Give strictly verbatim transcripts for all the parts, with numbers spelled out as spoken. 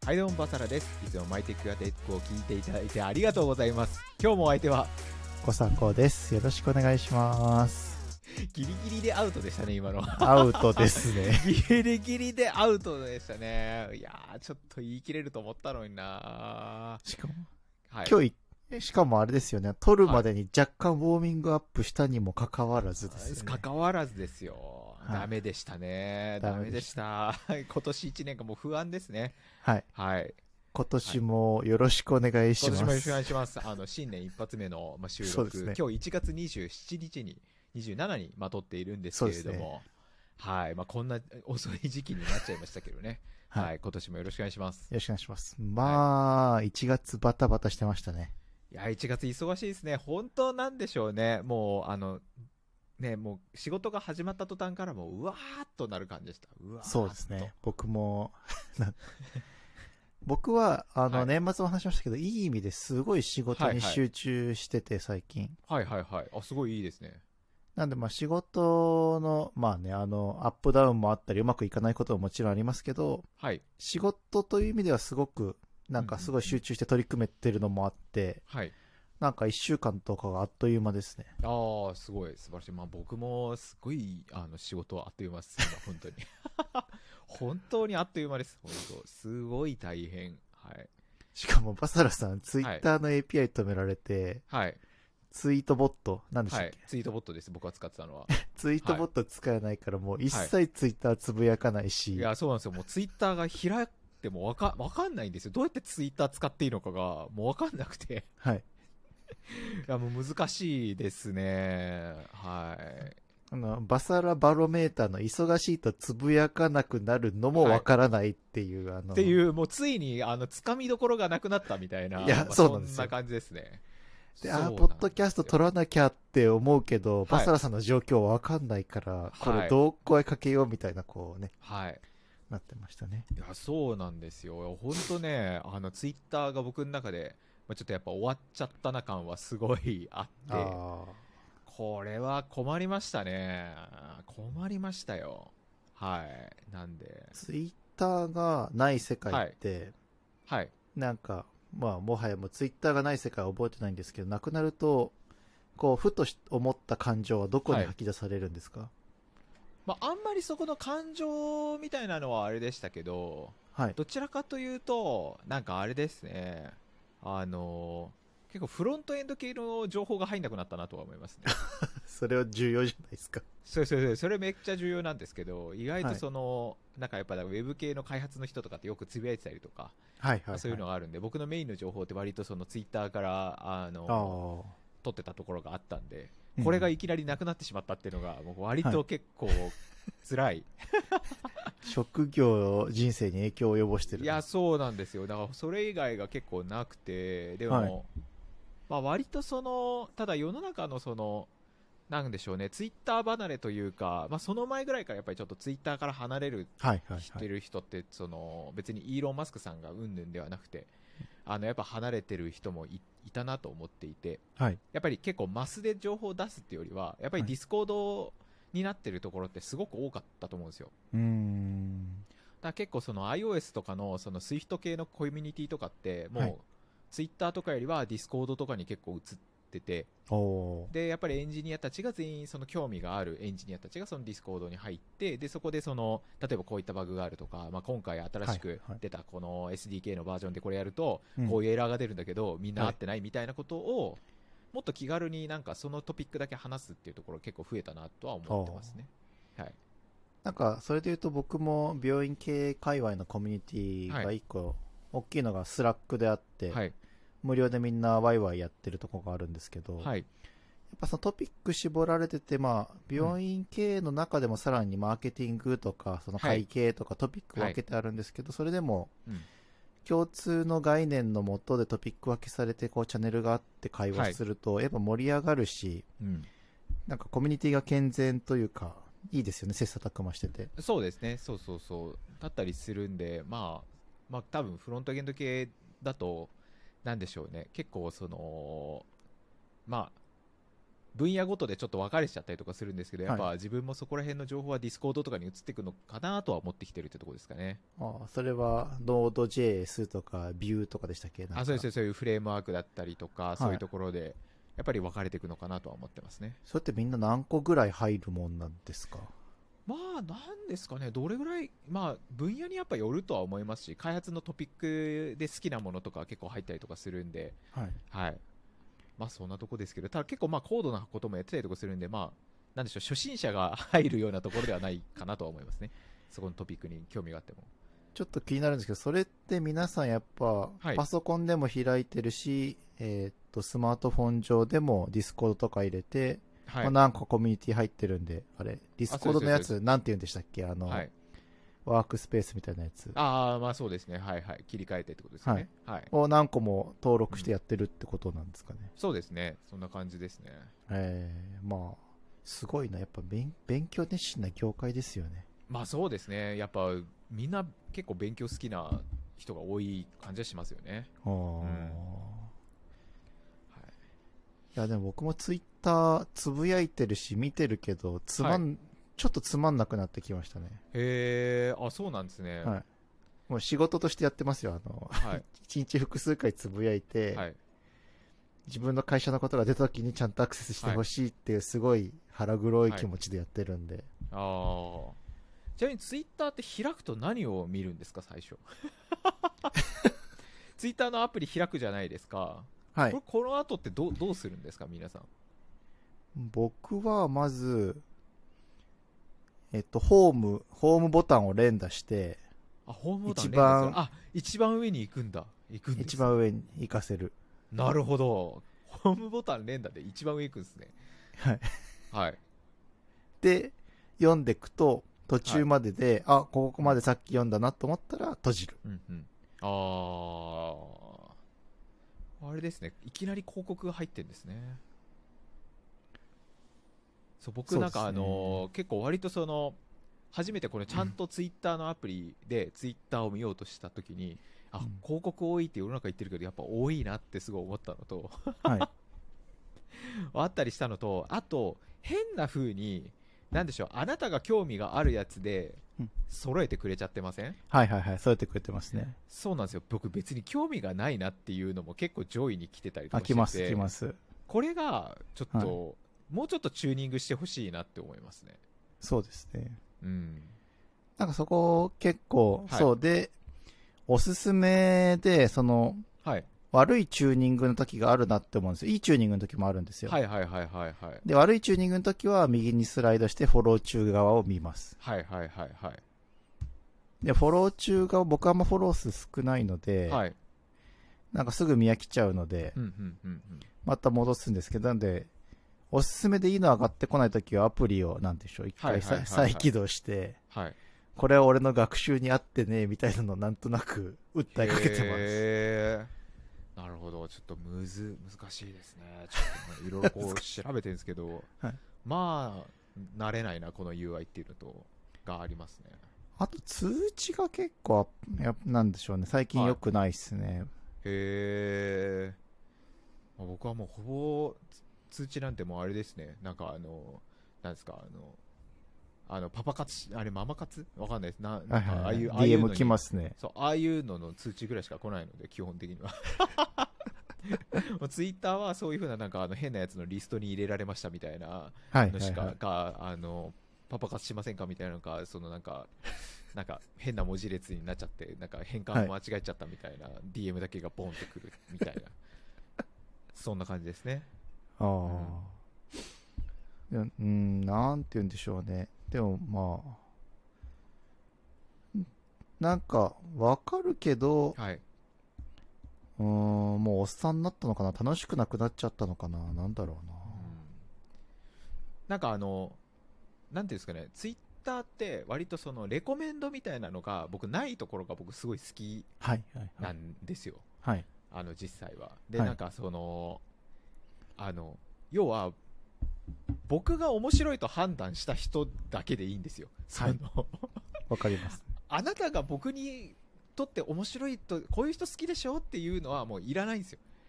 はいどうもバサラです。いつもマイテックアテックを聞いていただいてありがとうございます。今日もお相手は小坂です。よろしくお願いします。 ギリギリでアウトでしたね今の。 アウトですね。 ギリギリでアウトでしたね。いやーちょっと言い切れると思ったのにな。 しかも、 はい、 今日しかもあれですよね、撮るまでに若干ウォーミングアップしたにもかかわらずですよね。 関わらずですよ、 はい、 ダメでしたね。ダメでした。今年いちねんかもう不安ですね。 はい、 はい、 今年もよろしくお願いします。 今年もよろしくお願いします。あの新年一発目の、まあ、収録、ね、今日いちがつにじゅうしちにちににじゅうしちにまとっているんですけれども、ね、はい、まあ、こんな遅い時期になっちゃいましたけどね。はい、はい、今年もよろしくお願いします。 よろしくお願いします。まあ、はい、いちがつバタバタしてましたね。 いや、いちがつ忙しいですね。本当なんでしょうね。もう、あの、ね、もう仕事が始まった途端からもう、うわーっとなる感じでした。うわーっと。 そうですね。僕も、僕は、あの、はい、年末お話しましたけど、いい意味ですごい仕事に集中してて、最近。 はいはいはい。あ、すごいいいですね。 なんで、まあ仕事の、まあね、あの、アップダウンもあったり、うまくいかないことももちろんありますけど、はい。仕事という意味ではすごく、なんかすごい集中して取り組めてるのもあって、はい。なんかいっしゅうかんとかがあっという間ですね。 ああ、すごい素晴らしい。まあ僕もすごい、あの、仕事はあっという間です。今、本当に。本当にあっという間です。本当。すごい大変。はい。 しかも、バサラさん、ツイッターの エーピーアイ 止められて、はい。ツイートボット、何でしたっけ、はい、 ツイートボットです。僕が使ってたのは。 ツイートボット使えないから、もう一切ツイッターつぶやかないし。 はい、いや、そうなんですよ。もうツイッターが開いてもわか、わかんないんですよ。どうやってツイッター使っていいのかが、もうわかんなくて。はい。いや、もう難しいですね。はい。 あの、バサラバロメーターの忙しいとつぶやかなくなるのもわからないっていう、はい、あの。 っていう、もうついに、あの、つかみどころがなくなったみたいな。 いや、 まあ、 そうなんですよ。 そんな感じですね。 で、あ、ポッドキャスト撮らなきゃって思うけど、はい、バサラさんの状況わかんないから、これどう声かけようみたいな、こうね。はい。なってましたね。 いや、そうなんですよ。ほんとね、あの、ツイッターが僕の中で、まあ、ちょっとやっぱ終わっちゃったな感はすごいあって、あこれは困りましたね。困りましたよ。はい。なんで。 ツイッターがない世界って、 はい。はい、なんか、まあ、もはやもうツイッターがない世界は覚えてないんですけど、なくなると、こう、ふと思った感情はどこに吐き出されるんですか？はい、 まあ、あんまりそこの感情みたいなのはあれでしたけど、はい、どちらかというと、なんかあれですね、あのー、結構フロントエンド系の情報が入んなくなったなとは思いますね。 それは重要じゃないですか。 そうそうそう、それめっちゃ重要なんですけど、意外とその、はい、なんかやっぱウェブ系の開発の人とかってよくつぶやいてたりとか、はいはいはい、そういうのがあるんで、僕のメインの情報って割とそのツイッターからあのー、取ってたところがあったんで、これがいきなりなくなってしまったっていうのが、僕割と結構辛い、 はい、職業人生に影響を及ぼしてる。 いや、そうなんですよ。だからそれ以外が結構なくて、でも、はい、まあ、割とその、ただ世の中のその、なんでしょうね、ツイッター離れというか、まあ、その前ぐらいからやっぱりちょっとツイッターから離れる、はいはいはい、してる人ってその別にイーロン・マスクさんがうんぬんではなくて、あのやっぱ離れてる人も い, いたなと思っていて、はい、やっぱり結構マスで情報を出すっていうよりはやっぱりディスコードになってるところってすごく多かったと思うんですよ。うーん、だから結構その iOS とかのその Swift 系のコミュニティとかってもう、はい、ツイッターとかよりはディスコードとかに結構移っててて、でやっぱりエンジニアたちが全員その興味があるエンジニアたちがそのディスコードに入って、でそこでその例えばこういったバグがあるとか、まあ、今回新しく出たこの エスディーケー のバージョンでこれやるとこういうエラーが出るんだけど、うん、みんな合ってないみたいなことをもっと気軽になんかそのトピックだけ話すっていうところ結構増えたなとは思ってますね。はい、 なんかそれでいうと僕も病院系界隈のコミュニティが一個大きいのがスラックであって、はい、無料でみんなワイワイやってるとこがあるんですけど、はい、やっぱそのトピック絞られてて、まあ、病院系の中でもさらにマーケティングとか、その会計とかトピック分けてあるんですけど、はい、それでも、共通の概念のもとでトピック分けされて、こう、チャンネルがあって会話すると、はい、やっぱ盛り上がるし、うん、なんかコミュニティが健全というか、いいですよね、切磋琢磨してて。 そうですね、そうそうそう、だったりするんで、まあ、まあ、多分フロントエンド系だと、なんでしょうね、結構その、まあ、 分野ごとでちょっと分かれちゃったりとかするんですけど、やっぱ自分もそこら辺の情報はディスコードとかに移っていくのかなとは思ってきてるってところですかね。 ああ、それは ノードジェイエス とか Vue とかでしたっけ？ あ、そうです、そういうフレームワークだったりとか、そういうところでやっぱり分かれていくのかなとは思ってますね。 それってみんな何個ぐらい入るもんなんですか？ まあ、なんですかね、どれぐらい、まあ、分野にやっぱよるとは思いますし、開発のトピックで好きなものとか結構入ったりとかするんで、 はい。 はい。まあ、そんなとこですけど、ただ結構まあ高度なこともやってたりとかするんで、まあ、なんでしょう、初心者が入るようなところではないかなとは思いますね。そこのトピックに興味があっても。 ちょっと気になるんですけど、それって皆さんやっぱ、パソコンでも開いてるし、はい、えっと、スマートフォン上でもディスコードとか入れて、はい、まあ、何個コミュニティ入ってるんで、あれ、ディスコードのやつ、なんて言うんでしたっけ？あの、はい、ワークスペースみたいなやつ。 ああ、まあそうですね。はいはい。切り替えてってことですね。はい。はい、 を何個も登録してやってるってことなんですかね。 うん、そうですね。そんな感じですね。 ええー、まあ、すごいな。やっぱ勉、勉強熱心な業界ですよね。 まあそうですね。やっぱ、みんな結構勉強好きな人が多い感じはしますよね。ああ、うん、はい。 いや、でも僕もツイッターつぶやいてるし、見てるけど、つまん、はい、ちょっとつまんなくなってきましたね。 へえ、あ、そうなんですね。 はい。もう仕事としてやってますよ。あの、はい、一日複数回つぶやいて、はい、自分の会社のことが出た時にちゃんとアクセスしてほしいっていうすごい腹黒い気持ちでやってるんで。はい、 ああ。ちなみにツイッターって開くと何を見るんですか、最初。ツイッターのアプリ開くじゃないですか。はい。これ、この後ってどう、どうするんですか、皆さん。 僕はまず、えっと、ホーム、ホームボタンを連打して、 あ、ホームボタン連打する。あ、一番上に行くんだ。行くんです。 一番上に行かせる。 なるほど。ホームボタン連打で一番上行くんですね。 はい。 はい。で、 読んでいくと、途中までで、はい、あ、ここまでさっき読んだなと思ったら閉じる。 うんうん。ああ。あれですね。いきなり広告が入ってるんですね。そう、僕なんかあのー、結構割とその、初めてこれちゃんとツイッターのアプリでツイッターを見ようとしたときに、うん、あ、広告多いって世の中言ってるけど、やっぱ多いなってすごい思ったのと、はい。あったりしたのと、あと、変な風に、なんでしょう、あなたが興味があるやつで揃えてくれちゃってません？ はいはいはい、揃えてくれてますね。 そうなんですよ。僕別に興味がないなっていうのも結構上位に来てたりとかしてて、 あ、来ます来ます。 これがちょっと、はい、もうちょっとチューニングしてほしいなって思いますね。 そうですね。 うん。 なんかそこ結構、はい、そうで、おすすめで、その、はい。悪いチューニングの時があるなって思うんですよ。いいチューニングの時もあるんですよ。 はいはいはいはいはい。 で、悪いチューニングの時は右にスライドしてフォロー中側を見ます。 はいはいはいはい。 で、フォロー中側、僕はあんまフォロー数少ないので、はい。なんかすぐ見飽きちゃうので、うんうんうんうん、また戻すんですけど、なんで、おすすめでいいの上がってこない時はアプリを、なんでしょう、一回再起動して、はい。これは俺の学習に合ってね、みたいなのをなんとなく訴えかけてます。 へー。なるほど。ちょっとむず、難しいですね。ちょっといろいろこう調べてるんですけど、はい、まあ、慣れないな、この ユーアイ っていうのと、がありますね。 あと通知が結構、やなんでしょうね。最近良くないっすね。はい、 へえ。僕はもうほぼ通知なんてもうあれですね。なんかあの、なんですか、あの、あのパパ活、あれママ活わかんないです。な、なんかああいう、 ディーエム 来ますね。 そう、ああいうのの通知ぐらいしか来ないので、基本的には。ツイッターはそういう風ななんかあの変なやつのリストに入れられましたみたいなのしか、はいはいはい、か、あの、パパ活しませんかみたいなのか、そのなんか、なんか変な文字列になっちゃって、なんか変換間違えちゃったみたいな、はい、ディーエム だけがボンってくるみたいな。そんな感じですね。 ああ。うん、うん、なんて言うんでしょうね。でもまあ、なんかわかるけど、はい、うーん、もうおっさんになったのかな、楽しくなくなっちゃったのかな、なんだろうな。うん、 なんかあの、なんていうんですかね、ツイッターって割とそのレコメンドみたいなのが僕ないところが僕すごい好きなんですよ。はいはいはい、あの実際は。で、はい、なんかその、あの、要は、僕が面白いと判断した人だけでいいんですよ。 はい。わかります。 あなたが僕にとって面白いと、こういう人好きでしょっていうのはもういらないんですよ。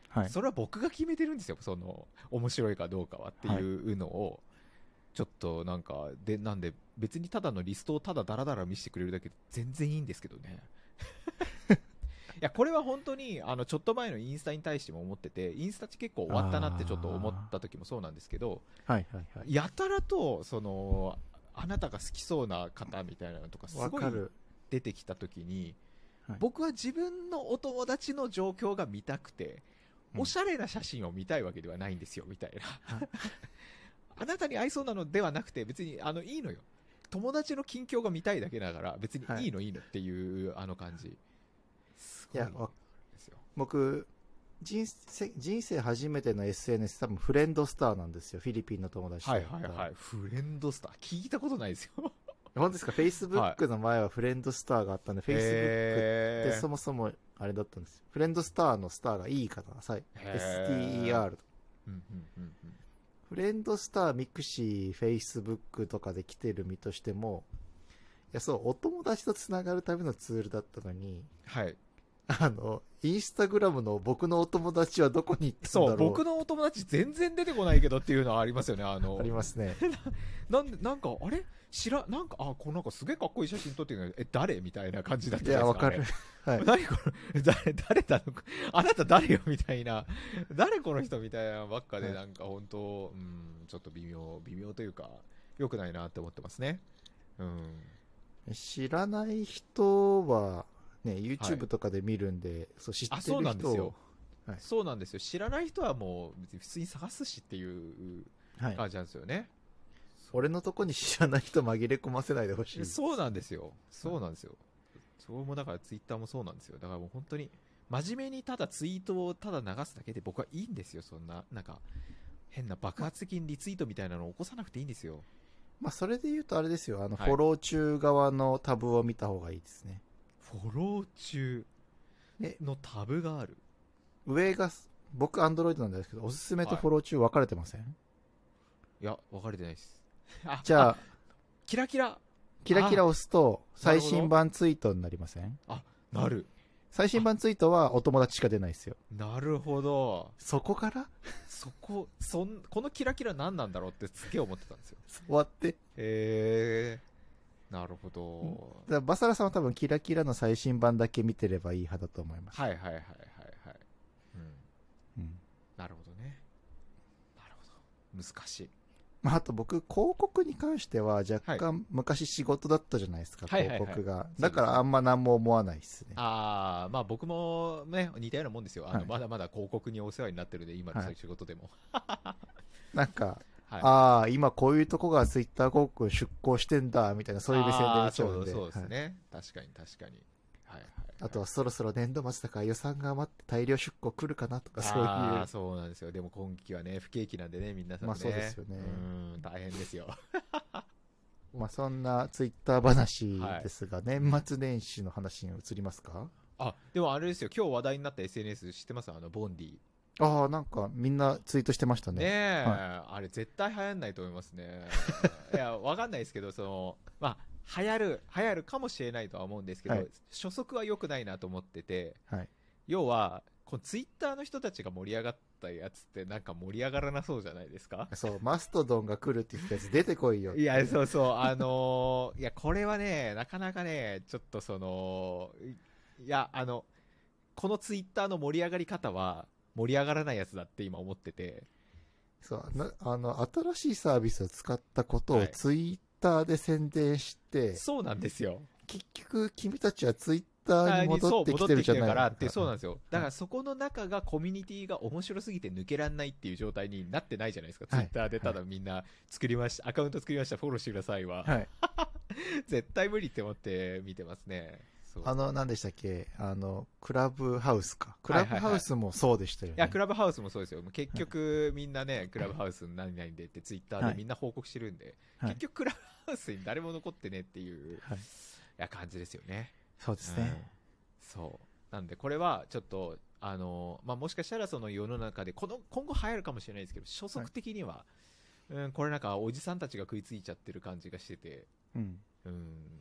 はい、 それは僕が決めてるんですよ、その面白いかどうかはっていうのを、はい、ちょっとなんかで、なんで別にただのリストをただダラダラ見せてくれるだけで全然いいんですけどねいやこれは本当にあのちょっと前のインスタに対しても思ってて、インスタって結構終わったなってちょっと思った時もそうなんですけど、 はいはいはい、 やたらとそのあなたが好きそうな方みたいなのとかすごい出てきた時に、はい、僕は自分のお友達の状況が見たくて、おしゃれな写真を見たいわけではないんですよみたいな、うん、あなたに合いそうなのではなくて、別にあのいいのよ、友達の近況が見たいだけだから別にいいのいいのっていう、はい、あの感じ。 いやですよ、僕人生人生初めての エスエヌエス 多分フレンドスターなんですよ、フィリピンの友達と。 はいはいはい、フレンドスター聞いたことないですよ本当ですか？フェイスブックの前はフレンドスターがあったんで、フェイスブックってそもそもあれだったんですよ。フレンドスターのスターがいいかな、エスティーイーアール と、うんうんうんうん、フレンドスター、ミクシー、フェイスブックとかで来てる身としても、いやそう、お友達とつながるためのツールだったのに、 はい、 あのインスタグラムの僕のお友達はどこに行ったんだろう。 そう、僕のお友達全然出てこないけどっていうのはありますよね。あのありますねな, なんでなんかあれ知らなんかあこうなんかすげえかっこいい写真撮ってるのえ誰みたいな感じだったじゃないですか。 いやわかる、はい、 何これ誰誰だのあなた誰よみたいな、誰この人みたいなばっかで、なんか本当、うん、ちょっと微妙微妙というか良くないなって思ってますね。うん、 知らない人はね、YouTube とかで見るんで、はい、そう知ってる人を、 そうなんですよ、はい、そうなんですよ。知らない人はもう別に普通に探すしっていう感じなんですよね、はい、 俺のとこに知らない人紛れ込ませないでほしい。 そうなんですよ、そうなんですよ、それもだからツイッターもそうなんですよ。だからもう本当に真面目にただツイートをただ流すだけで僕はいいんですよ。そんななんか変な爆発的にリツイートみたいなのを起こさなくていいんですよ。 まあそれで言うとあれですよ、あのフォロー中側のタブを見た方がいいですね。 フォロー中のタブがある。 上が僕アンドロイドなんですけど、おすすめとフォロー中分かれてません？はい、 いや分かれてないです。 じゃあキラキラキラキラ押すと最新版ツイートになりません？ あ、なる。 最新版ツイートはお友達しか出ないですよ。 なるほど。 そこからそこそんこのキラキラ何なんだろうってすげえ思ってたんですよ。 終わってへえー、なるほど。 だからバサラさんは多分キラキラの最新版だけ見てればいい派だと思います。 はいはいはいはいはい、うんうん、なるほどね。なるほど、難しい。 まあ、あと僕広告に関しては若干昔仕事だったじゃないですか、はい、広告が、はいはいはい、だからあんま何も思わないですね。 ああ、まあ僕もね似たようなもんですよ。あの、はい、まだまだ広告にお世話になってるんで今の仕事でも、 はい、なんか、はい、ああ今こういうとこがツイッター広告出稿してんだみたいな、そういう目線で見ちゃうんで。 そうそうですね、はい、確かに確かに、はいはいはい、 あとはそろそろ年度末だから予算が余って大量出稿来るかなとか、そういう。ああ、そうなんですよ。でも今期はね不景気なんでね、皆さんね。 まあそうですよね。 うん、大変ですよまあそんなツイッター話ですが、はい、年末年始の話に移りますか？ あ、でもあれですよ、今日話題になった エスエヌエス 知ってます？あのボンディ。 ああ、なんかみんなツイートしてましたね。 ねえ、はい、あれ絶対流行んないと思いますねいやわかんないですけど、そのまあ流行る流行るかもしれないとは思うんですけど、はい、初速は良くないなと思ってて、はい、要はこのツイッターの人たちが盛り上がったやつってなんか盛り上がらなそうじゃないですか。 そう、マストドンが来るって言ったやつ出てこいよ。 いや、そうそう、あのー、いやこれはねなかなかねちょっとそのいやあのこのツイッターの盛り上がり方は盛り上がらないやつだって今思ってて、 そうなあの新しいサービスを使ったことをツイッターで宣伝して、はい、 そうなんですよ。 結局君たちはツイッターに戻ってきてるじゃないからって、そうなんですよ。だからそこの中がコミュニティが面白すぎて抜けらんないっていう状態になってないじゃないですか、はい、ツイッターでただみんな作りました、はい、アカウント作りましたフォローしてくださいは、はい、絶対無理って思って見てますね。 あの何でしたっけ、あのクラブハウスか、クラブハウスもそうでしたよね。 いやクラブハウスもそうですよ。結局みんなね、はい、クラブハウス何々でってツイッターでみんな報告してるんで、はい、結局クラブハウスに誰も残ってねっていう、はい、いや感じですよね。 そうですね、うん、 そうなんでこれはちょっとあの、まあ、もしかしたらその世の中でこの今後流行るかもしれないですけど、初速的には、はい、うん、これなんかおじさんたちが食いついちゃってる感じがしてて、うん、うん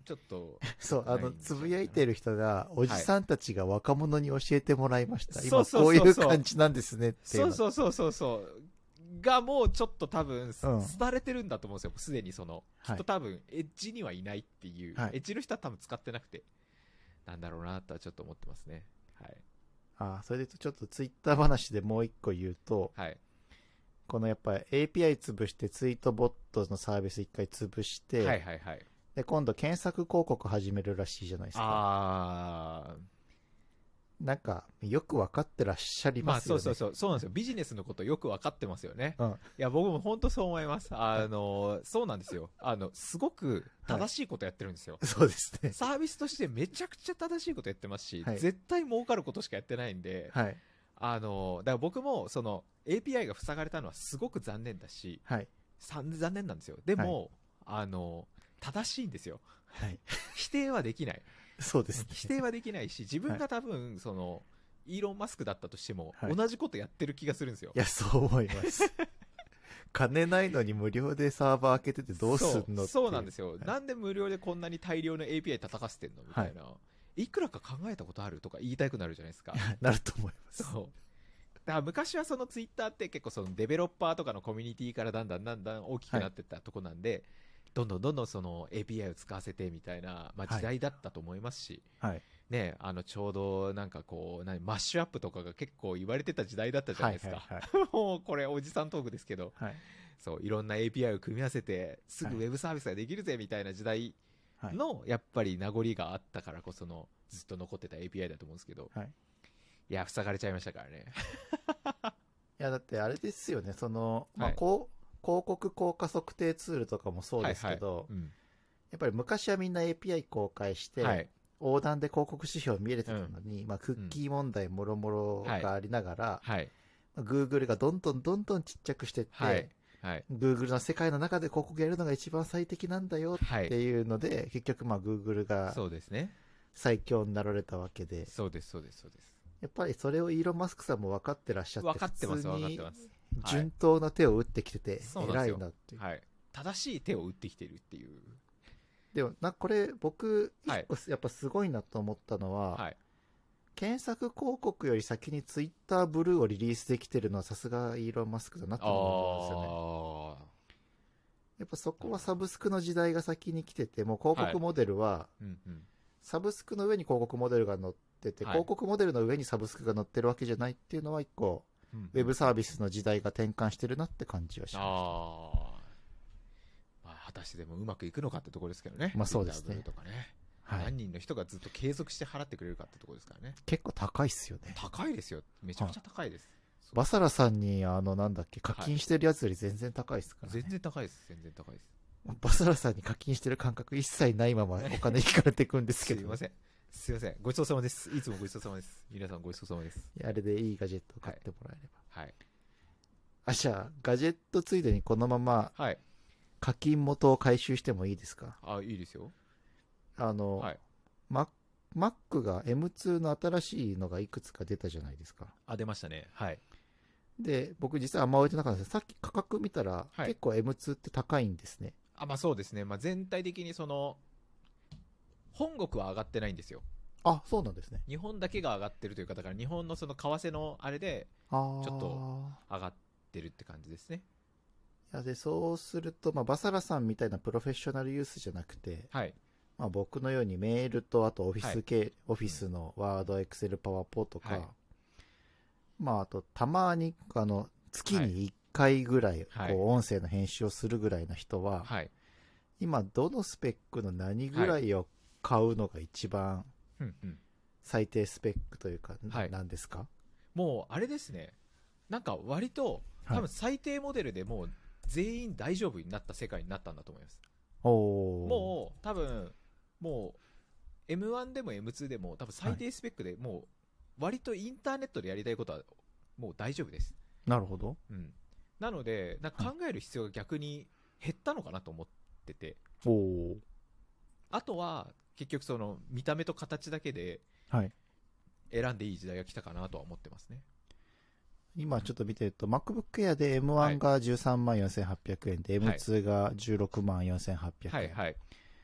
ちょっと。 そう、あの、つぶやいてる人が、おじさんたちが若者に教えてもらいました。はい、今こういう感じなんですねって。 そうそうそうそうそう。がもうちょっと多分、うん、廃れてるんだと思うんですよ。すでにその、きっと多分、エッジにはいないっていう、はい、エッジの人は多分使ってなくて、なんだろうなとはちょっと思ってますね。はい。 ああ、それでちょっとツイッター話でもう一個言うと、はい。このやっぱり エーピーアイ 潰してツイートボットのサービス一回潰して、はいはいはい。で、今度検索広告始めるらしいじゃないですか。ああ。なんか、よく分かってらっしゃりますよね。 まあそうそうそう。そうなんですよ。ビジネスのことよく分かってますよね。うん。いや、僕も本当そう思います。あの、そうなんですよ。あの、すごく正しいことやってるんですよ。 はい、そうですね。 サービスとしてめちゃくちゃ正しいことやってますし、はい、絶対儲かることしかやってないんで、はい。あの、だから僕も、その、エーピーアイ が塞がれたのはすごく残念だし、はい。残念なんですよ。でも、はい、あの、正しいんですよ。はい。否定はできない。 そうですね。 否定はできないし、自分が多分、はい、その、イーロン・マスクだったとしても、はい、同じことやってる気がするんですよ。 いや、そう思います。金ないのに無料でサーバー開けててどうすんのって。 そうなんですよ、はい。なんで無料でこんなに大量の エーピーアイ 叩かせてんのみたいな、はい。いくらか考えたことあるとか言いたくなるじゃないですか。 なると思います。 そう。だから昔はそのツイッターって結構そのデベロッパーとかのコミュニティからだんだんだんだん大きくなってったとこなんで、はい、どんどんどんどんその エーピーアイ を使わせてみたいな、まあ、時代だったと思いますし、はい、ね、あのちょうどなんかこう何マッシュアップとかが結構言われてた時代だったじゃないですか、はいはいはい、もうこれおじさんトークですけど、はい、そういろんな エーピーアイ を組み合わせてすぐウェブサービスができるぜみたいな時代のやっぱり名残があったからこそのずっと残ってた エーピーアイ だと思うんですけど、はい、いや塞がれちゃいましたからねいやだってあれですよね、その、まあはい、こう広告効果測定ツールとかもそうですけど、はいはい、うん、やっぱり昔はみんな エーピーアイ 公開して、はい、横断で広告指標見れてたのに、うん、まあ、クッキー問題もろもろがありながら、はい、まあ、Google がどんどんどんどんちっちゃくしてって、はいはい、Google の世界の中で広告やるのが一番最適なんだよっていうので、はい、結局まあ Google が最強になられたわけで、 そうですそうですそうです。 やっぱりそれをイーロン・マスクさんも分かってらっしゃって、 分かってます分かってます。 順当な手を打ってきてて、偉いなっていう。 はい。正しい手を打ってきてるっていう。 でもな、これ僕、一個やっぱすごいなと思ったのは、はい、検索広告より先にツイッターブルーをリリースできてるのはさすがイーロン・マスクだなと思うんですよね。やっぱそこはサブスクの時代が先に来てて、もう広告モデルは、はいうんうん、サブスクの上に広告モデルが載ってて、はい、広告モデルの上にサブスクが載ってるわけじゃないっていうのは一個、うんうん、ウェブサービスの時代が転換してるなって感じはしました。あまあ、果たしてでもうまくいくのかってところですけどね。 まあそうですね。 とかねはい、何人の人がずっと継続して払ってくれるかってところですからね。 結構高いっすよね。 高いですよ。めちゃくちゃ高いです。はい、 バサラさんにあのなんだっけ課金してるやつより全然高いですからね。 全然高いです。全然高いです。 バサラさんに課金してる感覚一切ないままお金引かれていくんですけど、 すいません。すいません。ごちそうさまです。いつもごちそうさまです。皆さんごちそうさまです。 いやあれでいいガジェットを買ってもらえれば。はい。はい、あ、じゃあ、ガジェットついでにこのまま、はい。課金元を回収してもいいですか？ あ、いいですよ。 あの、はい。Mac, Mac が エムツー の新しいのがいくつか出たじゃないですか。 あ、出ましたね。はい。 で、僕実はあんま置いてなかったんですけど、さっき価格見たら、はい、結構 エムツー って高いんですね。 あ、まあそうですね。まあ全体的にその、本国は上がってないんですよ。 あ、そうなんですね。 日本だけが上がってるというか、だから日本のその為替のあれで、ちょっと上がってるって感じですね。 いやで、そうすると、まあ、バサラさんみたいなプロフェッショナルユースじゃなくて、はい。まあ、僕のようにメールと、あとオフィス系、はい、オフィスのワード、エクセル、パワーポとか、はい、まあ、あと、たまに、あの、月にいっかいぐらい、はい、こう、音声の編集をするぐらいの人は、はい、今、どのスペックの何ぐらいを買うのが一番、最低スペックというか、はい、何ですか？ もう、あれですね。なんか、割と、多分最低モデルでもう、全員大丈夫になった世界になったんだと思います。おもう、多分、もう、エムワン でも エムツー でも、多分最低スペックでもう、割とインターネットでやりたいことは、もう大丈夫です。 なるほど。 うん。なので、なんか考える必要が逆に減ったのかなと思ってて。 おあとは、結局その、見た目と形だけで、はい。選んでいい時代が来たかなとは思ってますね。 今ちょっと見てると、MacBook Air で エムワン がじゅうさんまんよんせんはっぴゃくえんで、はい、エムツー がじゅうろくまんよんせんはっぴゃくえん。はいはい。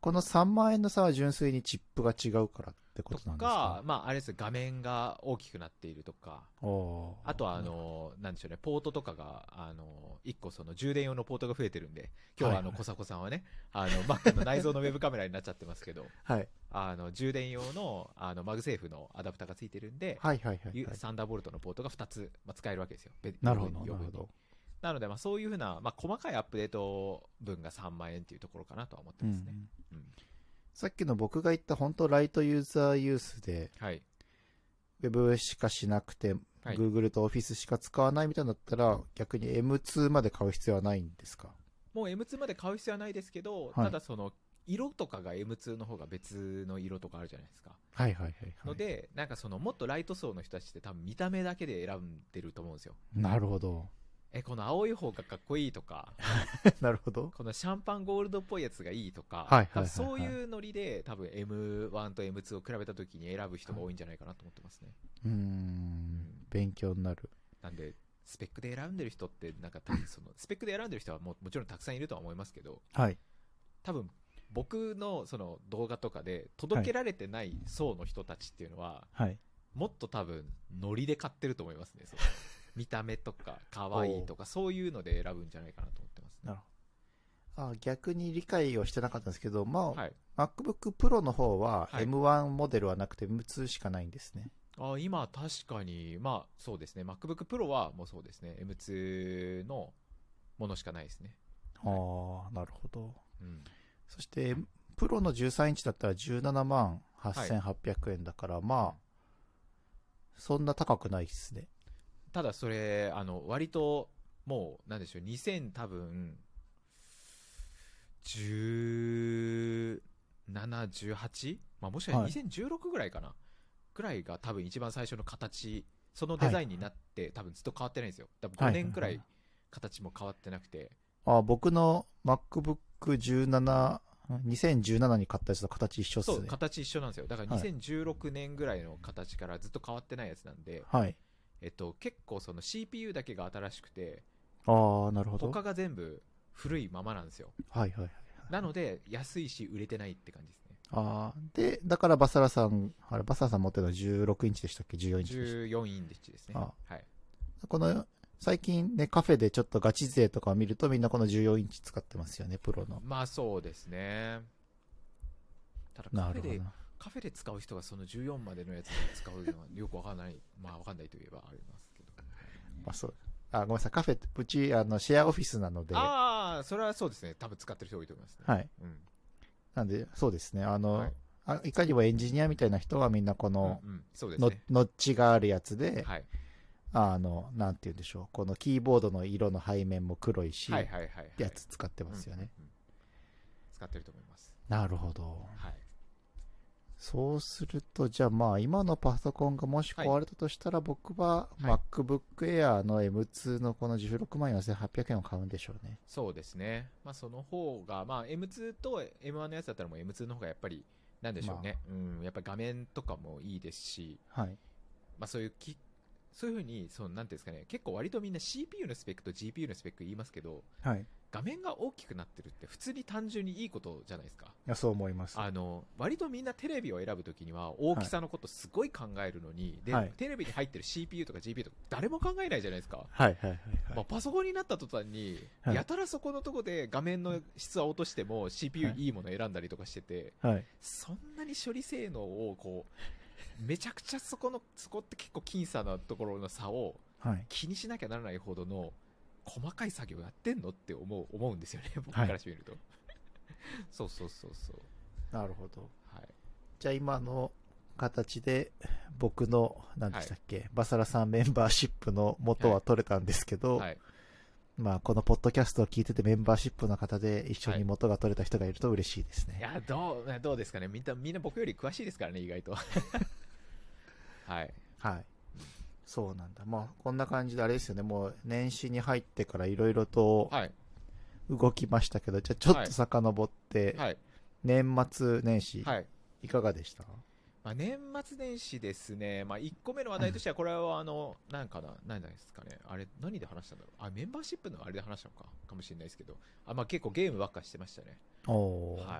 このさんまん円の差は純粋にチップが違うからってことなんですか？とか、 まあ、あれです、画面が大きくなっているとか、あとは、あの、なんでしょうね、ポートとかが、あの、いっこその充電用のポートが増えてるんで、今日はあの、小迫さんはね、あの、Mac の内蔵のウェブカメラになっちゃってますけど、 はい。 あの、充電用の、あの、マグセーフのアダプターがついてるんで、 はいはいはい、はい。 サンダーボルトのポートがふたつ、まあ、使えるわけですよ。 なるほど、なるほど。 なので、まあ、そういうふうな、まあ、細かいアップデート分がさんまん円っていうところかなとは思ってますね。うんうん、 さっきの僕が言った本当ライトユーザーユースで、はい、ウェブしかしなくて、はい、Google と Office しか使わないみたいだったら、逆に エムツー まで買う必要はないんですか？ もう エムツー まで買う必要はないですけど、はい、ただその、色とかが エムツー の方が別の色とかあるじゃないですか。 はいはいはい、はい。 ので、なんかその、もっとライト層の人たちって多分見た目だけで選んでると思うんですよ。 なるほど。 え、この青い方がかっこいいとか、 なるほど。 このシャンパンゴールドっぽいやつがいいとか、 はいはいはいはい、 そういうノリで多分 エムワン と エムツー を比べたときに選ぶ人が多いんじゃないかなと思ってますね。 うーん、勉強になる。 なんで、スペックで選んでる人って、なんか多分その、スペックで選んでる人はももちろんたくさんいるとは思いますけど、 はい。 多分、僕のその動画とかで届けられてない層の人たちっていうのは、はい、もっと多分、ノリで買ってると思いますね。そう見た目とか可愛いとかそういうので選ぶんじゃないかなと思ってますね。なるほど。あ、逆に理解をしてなかったんですけど、まあ、はい、MacBook Pro の方は エムワン モデルはなくて エムツー しかないんですね。 あ、今確かに、まあそうですね。MacBook Pro はもうそうですね。エムツー のものしかないですね。 ああ、はい、なるほど。うん、そして、プロのじゅうさんインチだったらじゅうななまんはっせんはっぴゃくえんだから、はい、まあ、そんな高くないですね。 ただそれ、あの、割と、もう、なんでしょう、にせん多分、じゅうなな、じゅうはち? まあもしくはにせんじゅうろくぐらいかな、ぐらいが多分一番最初の形、そのデザインになって、はい、多分ずっと変わってないんですよ。多分ごねんくらい形も変わってなくて。はいはいはい、あ、僕の MacBook じゅうなな、にせんじゅうななに買ったやつと形一緒っすね。 そう、形一緒なんですよ。だからにせんじゅうろくねんぐらいの形からずっと変わってないやつなんで、 はい。 えっと、結構その シーピーユー だけが新しくて、 ああ、なるほど。 他が全部古いままなんですよ。 はいはいはい、はい。 なので、安いし売れてないって感じですね。 ああ、で、だからバサラさん、あれ、バサラさん持ってるのはじゅうろくインチでしたっけ ?じゅうよんインチでしたっけ？ じゅうよんインチですね。 ああ、はい。 この、最近ね、カフェでちょっとガチ勢とかを見るとみんなこのじゅうよんインチ使ってますよね、プロの。 まあそうですね。ただカフェで、カフェで使う人がそのじゅうよんまでのやつを使うのはよくわかんない。まあわかんないといえばありますけど。 まあそう。あ、ごめんなさい。カフェって、うち、あの、シェアオフィスなので。 ああ、それはそうですね。多分使ってる人多いと思いますね。 はい。うん、なんで、そうですね。あの、はい、あいかにもエンジニアみたいな人はみんなこの、うんうん、そうですね、ノッチがあるやつで、はい、あの、なんて言うんでしょう。このキーボードの色の背面も黒いし、はいはいはいはい、やつ使ってますよね、うんうんうん。 使ってると思います。 なるほど。はい。そうすると、じゃあまあ今のパソコンがもし壊れたとしたら、僕は MacBook Air の エムツー のこのじゅうろくまんよんせんはっぴゃくえんを買うんでしょうね。 そうですね。まあその方が、まあ エムツー と エムワン のやつだったらもう エムツー の方がやっぱり、なんでしょうね。まあ、うん、やっぱり画面とかもいいですし、はい。まあそういうき、そういうふうに、そのなんていうんですかね、結構割とみんな シーピーユー のスペックと ジーピーユー のスペック言いますけど、はい。画面が大きくなってるって普通に単純にいいことじゃないですか。いや、そう思います。 あの、割とみんなテレビを選ぶときには大きさのことすごい考えるのに、はい、で、テレビに入ってる シーピーユー とか ジーピーユー とか誰も考えないじゃないですか。はいはいはい、はい。まあ、パソコンになった途端に、やたらそこのとこで画面の質は落としても シーピーユー いいもの選んだりとかしてて、はい、そんなに処理性能をこう、めちゃくちゃそこの、そこって結構僅差なところの差を気にしなきゃならないほどの、細かい作業やってんのって思う、思うんですよね、僕からしてみると。はい、そうそうそうそう。 なるほど。はい。じゃあ今の形で僕の、何でしたっけ、はい、バサラさんメンバーシップの元は取れたんですけど、はいはい、まあこのポッドキャストを聞いててメンバーシップの方で一緒に元が取れた人がいると嬉しいですね。 いや、どう、どうですかね。みんな、みんな僕より詳しいですからね、意外と。はい。はい。 そうなんだ。まあ、こんな感じであれですよね。もう年始に入ってからいろいろと動きましたけど、はい、じゃあちょっと遡って、はい、年末年始、はい、いかがでした？ まあ、年末年始ですね。まあ、いっこめの話題としては、これはあの、なんかな、何ですかね。あれ、何で話したんだろう。あ、メンバーシップのあれで話したのか、かもしれないですけど、あ、まあ結構ゲームばっかしてましたね。おー。はい。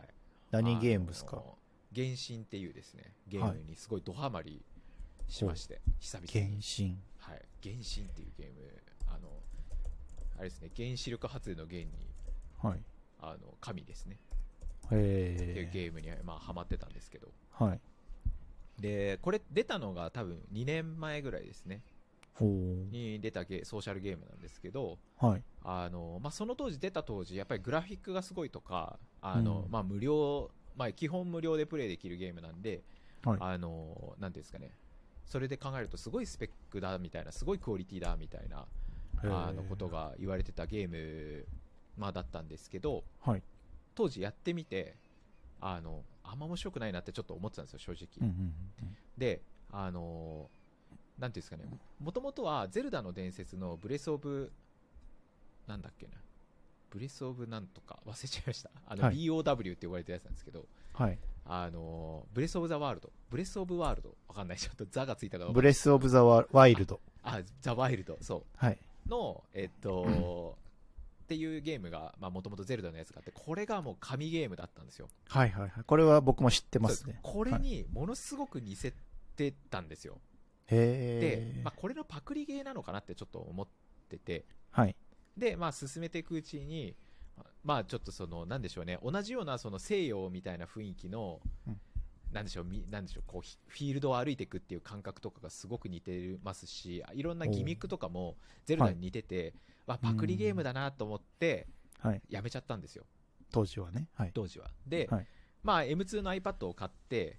何ゲームですか？ 原神っていうですねゲームにすごいドハマりしまして、はい、久々に。 原神。 はい、原神っていうゲーム、あのあれですね、原子力発電の原に、 はい、 あの神ですね。 へー。 っていうゲームにまあハマってたんですけど、 はい。 でこれ出たのが多分にねんまえぐらいですね。に出たゲソーシャルゲームなんですけど、 はい、 あのまあ、その当時出た当時やっぱりグラフィックがすごいとか、あの、うん、まあ、無料、まあ、基本無料でプレイできるゲームなんで、はい、あのなんていうんですかね、それで考えるとすごいスペックだみたいな、すごいクオリティだみたいなあのことが言われてたゲーム、まあ、だったんですけど、はい、当時やってみてあのあんま面白くないなってちょっと思ってたんですよ正直、うんうんうん、であのなんていうんですかね、もともとはゼルダの伝説のブレスオブなんだっけな、ブレスオブなんとか忘れちゃいました。あの、はい、ビーオーダブリュー って呼ばれてるやつなんですけど、はい、あのブレスオブザワールド、ブレスオブワールドわかんない、ちょっとザがついたかブレスオブザワイルド、 あ、ザワイルド、そう、はい、のえっと、うん、っていうゲームがもともとゼルダのやつがあって、これがもう神ゲームだったんですよ。 はいはいはい、これは僕も知ってますね。 これにものすごく似せてたんですよ。 へで、まあ、これのパクリゲーなのかなってちょっと思ってて、 はい、 で、まあ、進めていくうちに、まあ、ちょっとそのなんでしょうね、同じようなその西洋みたいな雰囲気の、うん、なんでしょう、なんでしょう、こうフィールドを歩いていくっていう感覚とかがすごく似てますし、いろんなギミックとかもゼルダに似てて、はい、パクリゲームだなと思ってやめちゃったんですよ、 当時はね。はい、 当時はで、はい、まあ、エムツー の iPad を買って、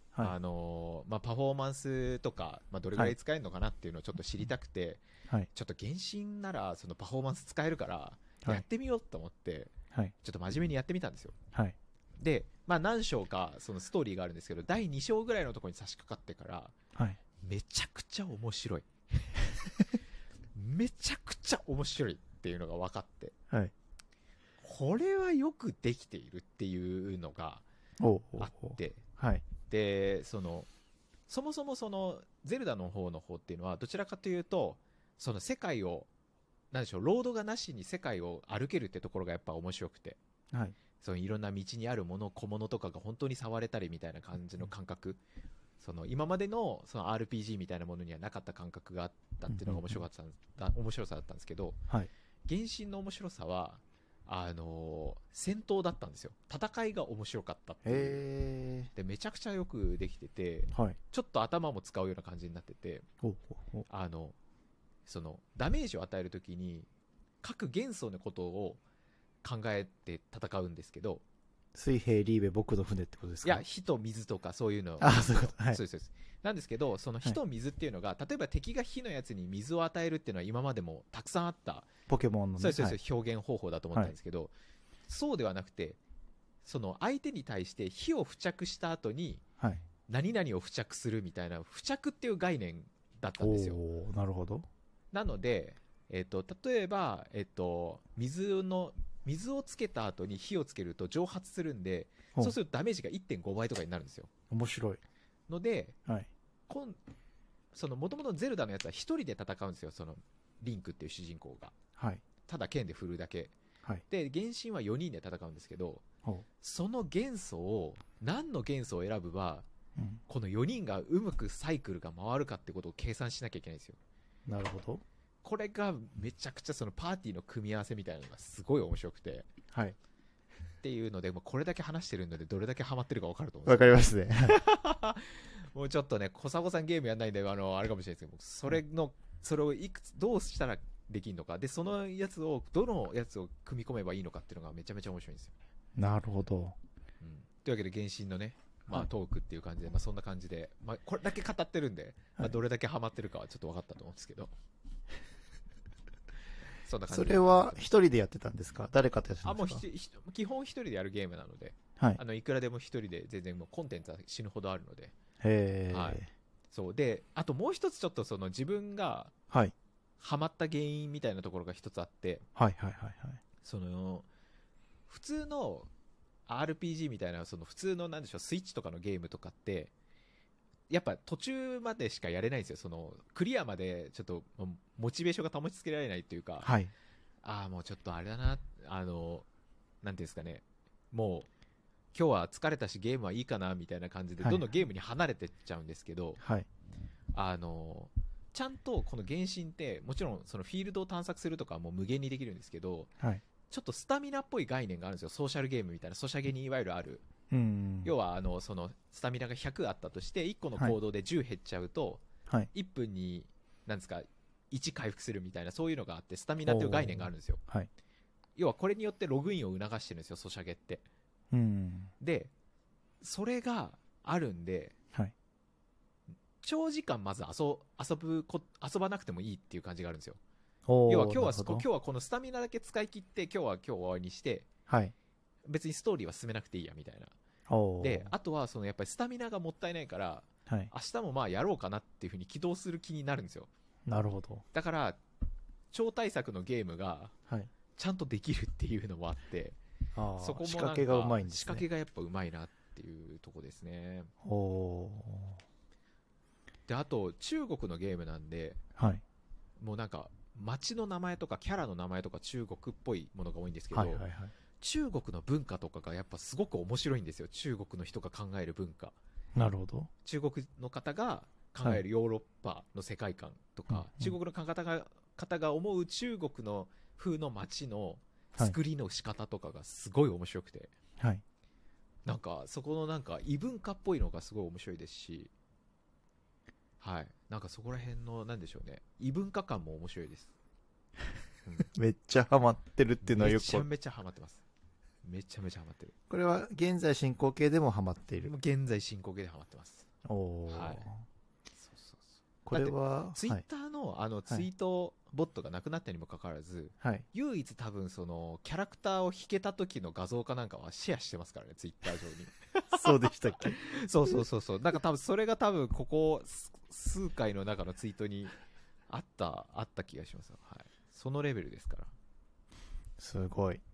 はい、あのーまあ、パフォーマンスとか、まあ、どれぐらい使えるのかなっていうのをちょっと知りたくて、はい、ちょっと原神ならそのパフォーマンス使えるからやってみようと思って、はい、ちょっと真面目にやってみたんですよ、はい、で、まあ、何章かそのストーリーがあるんですけど、だいに章ぐらいのところに差し掛かってから、はい、めちゃくちゃ面白いめちゃくちゃ面白いっていうのが分かって、はい、これはよくできているっていうのがあって、はい、でそのそもそもそのゼルダの方の方っていうのはどちらかというと、その世界をなんでしょう、ロードがなしに世界を歩けるってところがやっぱ面白くて、はい、そのいろんな道にあるもの、小物とかが本当に触れたりみたいな感じの感覚、うん、その今まで の, その アールピージー みたいなものにはなかった感覚があったっていうのが面白かった、うんうんうん、面白さだったんですけど、はい、原神の面白さはあのー、戦闘だったんですよ。戦いが面白かったっていう。でめちゃくちゃよくできてて、はい、ちょっと頭も使うような感じになってて、ほうほうほう、あのそのダメージを与えるときに各元素のことを考えて戦うんですけど、 水平リーベ僕の船ってことですか？ いや、火と水とかそういうの、 あ、そういうこと、はい、 そうですそうです。なんですけど、その火と水っていうのが、はい、例えば敵が火のやつに水を与えるっていうのは今までもたくさんあったポケモンの、ね、 そうですそうです、はい、表現方法だと思ったんですけど、はい、そうではなくて、その相手に対して火を付着した後に何々を付着するみたいな、付着っていう概念だったんですよ。 おー、なるほど。 なので、えー、と例えば、えー、と水の水をつけた後に火をつけると蒸発するんで、そうするとダメージが いってんご 倍とかになるんですよ。 面白いので、 はい、 こんその元々ゼルダのやつは一人で戦うんですよ、そのリンクっていう主人公が、はい、ただ剣で振るだけ、はい、で原神はよにんで戦うんですけど、その元素を何の元素を選ぶば、うん、このよにんがうまくサイクルが回るかってことを計算しなきゃいけないんですよ。 なるほど。 これがめちゃくちゃそのパーティーの組み合わせみたいなのがすごい面白くて、はい、っていうので、もうこれだけ話してるのでどれだけハマってるか分かると思うんですよ。 分かりますねもうちょっとね、小佐さんゲームやんないんで、あのあれかもしれないですけど、それのそれをいくつどうしたらできるのかで、そのやつをどのやつを組み込めばいいのかっていうのがめちゃめちゃ面白いんですよ。 なるほど、うん、 というわけで原神のね、まあ、トークっていう感じで、まあ、そんな感じで、まあ、これだけ語ってるんで、まあ、どれだけハマってるかはちょっと分かったと思うんですけどそんな感じで。 それは一人でやってたんですか？誰かとやってたんですか？ あ、もうひ基本一人でやるゲームなので、はい、あのいくらでも一人で全然もうコンテンツは死ぬほどあるので。 へー、 はい、そうで、あともう一つちょっとその自分がハマった原因みたいなところが一つあって、 はいはいはいはい、 その普通の アールピージー みたいな、その普通のなんでしょう、スイッチとかのゲームとかってやっぱ途中までしかやれないんですよ。そのクリアまでちょっとモチベーションが保ちつけられないっていうか、はい、ああもうちょっとあれだな、あのなんていうんですかね、もう今日は疲れたしゲームはいいかなみたいな感じでどんどんゲームに離れてっちゃうんですけど、 はい、 あのちゃんとこの原神ってもちろんそのフィールドを探索するとかはもう無限にできるんですけど、 はい、 ちょっとスタミナっぽい概念があるんですよ。ソーシャルゲームみたいな、ソシャゲにいわゆるある、 うん、 要はあのそのスタミナがひゃくあったとしていっこの行動でじゅう減っちゃうと、 はい、 いっぷんになんですかいち回復するみたいな、そういうのがあって、スタミナっていう概念があるんですよ。 はい、 要はこれによってログインを促してるんですよ、ソシャゲって。 うん、 でそれがあるんで、 はい、 長時間まず遊遊ぶこ遊ばなくてもいいっていう感じがあるんですよ。 要要は今日は今日はこのスタミナだけ使い切って今日は今日終わりにして、 はい、 別にストーリーは進めなくていいやみたいな。であとはそのやっぱりスタミナがもったいないから、はい、明日もまあやろうかなっていう風に起動する気になるんですよ。 なるほど。 だから超大作のゲームがちゃんとできるっていうのもあって、はい、そこもなんか仕掛けがうまいんですね。 仕掛けがやっぱうまいなっていうとこですね。 おであと中国のゲームなんで、 はい、 もうなんか街の名前とかキャラの名前とか中国っぽいものが多いんですけど、 はいはいはい、 中国の文化とかがやっぱすごく面白いんですよ。中国の人が考える文化。 なるほど。 中国の方が考えるヨーロッパの世界観とか、はい、中国の方が、方が思う中国の風の街の作りの仕方とかがすごい面白くて、 はい、 なんかそこのなんか異文化っぽいのがすごい面白いですし、はい、なんかそこら辺のなんでしょうね、異文化感も面白いです、 うん、めっちゃハマってるっていうのはよく、 めちゃめちゃハマってます。めちゃめちゃハマってる。 これは現在進行形でもハマっている。 現在進行形でハマってます。 おお、はい、 そうそうそう。 これはツイッターのあのツイートボットがなくなったにもかかわらず、はい、唯一多分そのキャラクターを引けた時の画像かなんかはシェアしてますからね、ツイッター上に。 そうでしたっけ？ そうそうそうそう。なんか多分それが多分ここ数回の中のツイートにあったあった気がします。はい。そのレベルですから。 すごい。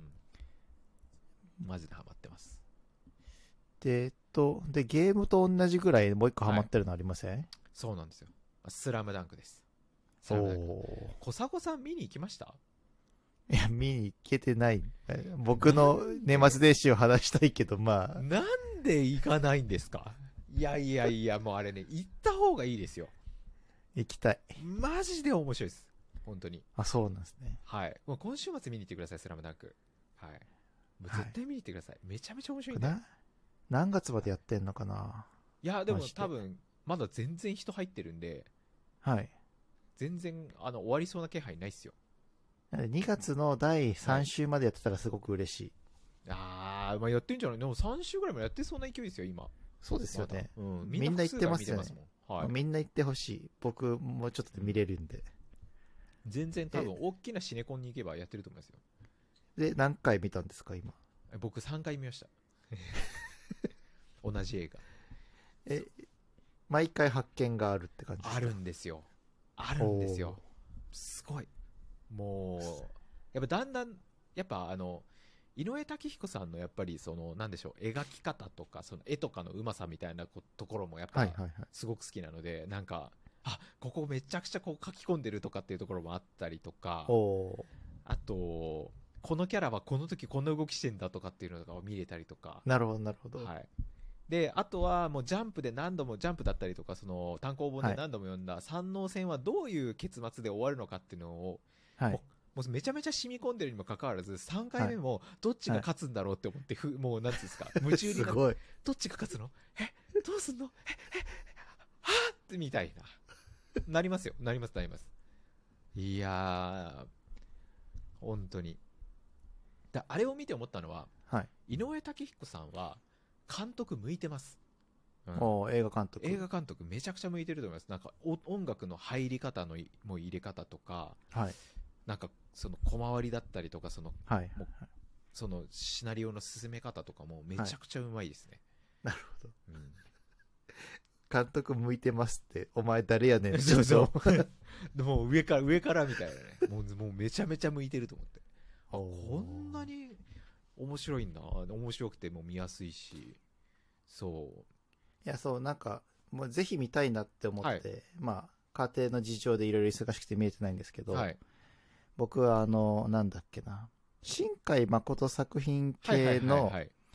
うん。マジでハマってます。 で、えっと、で、ゲームと同じぐらいもう一個ハマってるのありません？はい、 そうなんですよ。スラムダンクです。スラムダンク。小迫さん見に行きました？ いや、見に行けてない。僕の年末年始を話したいけど、まあ。 なんで行かないんですか？いやいやいや、もうあれね、行った方がいいですよ。 行きたい。 マジで面白いです。本当に。 あ、そうなんですね。 はい。もう今週末見に行ってください、スラムダンク。はい。もう絶対見に行ってください。はい、めちゃめちゃ面白いんだよ。 何月までやってんのかな？ いや、でも多分、まだ全然人入ってるんで、 はい。 全然、あの、終わりそうな気配ないっすよ。 にがつのだいさん週までやってたらすごく嬉しい。 はい、あー、まあ、やってんじゃない？でもさん週ぐらいもやってそうな勢いですよ、今。 そうですよね。 うん、 みんな言ってますよね。 はい、 みんな言ってほしい。僕もうちょっとで見れるんで。 全然多分、大きなシネコンに行けばやってると思いますよ。 で、何回見たんですか、今。 僕さんかい見ました。同じ映画。 え、毎回発見があるって感じですか？ あるんですよ。あるんですよ。すごい。もう、やっぱだんだん、やっぱあの、井上武彦さんのやっぱりその、なんでしょう、描き方とか、その絵とかのうまさみたいなところもやっぱ、すごく好きなので、なんか、あ、ここめちゃくちゃこう書き込んでるとかっていうところもあったりとか、あと、このキャラはこの時こんな動きしてんだとかっていうのとかを見れたりとか。 なるほど、なるほど。 はい。で、あとはもうジャンプで何度も、ジャンプだったりとか、その単行本で何度も読んだ三能戦はどういう結末で終わるのかっていうのを、はい、もうもうめちゃめちゃ染み込んでるにもかかわらず、さんかいめもどっちが勝つんだろうって思って、ふもうなんていうんですか、夢中になって、どっちが勝つの？え、どうすんの？え、え、はぁってみたいな。なりますよ。なります、なります。いやー、本当に。だあれを見て思ったのは、はい、井上武彦さんは監督向いてます、 うん、お映画監督映画監督めちゃくちゃ向いてると思います。なんか音楽の入り方のもう入れ方とか、はい、なんかその小回りだったりとかその、はい、もうそのシナリオの進め方とかもめちゃくちゃうまいですね、 はい、なるほど、うん、監督向いてますってお前誰やねんってそうそうもう上から上からみたいなねもう、もうめちゃめちゃ向いてると思って、あこんなに面白いんだ、面白くても見やすいし、そういやそうなんかもうぜひ見たいなって思って、はい、まあ家庭の事情でいろいろ忙しくて見えてないんですけど、はい、僕はあのなんだっけな新海誠作品系の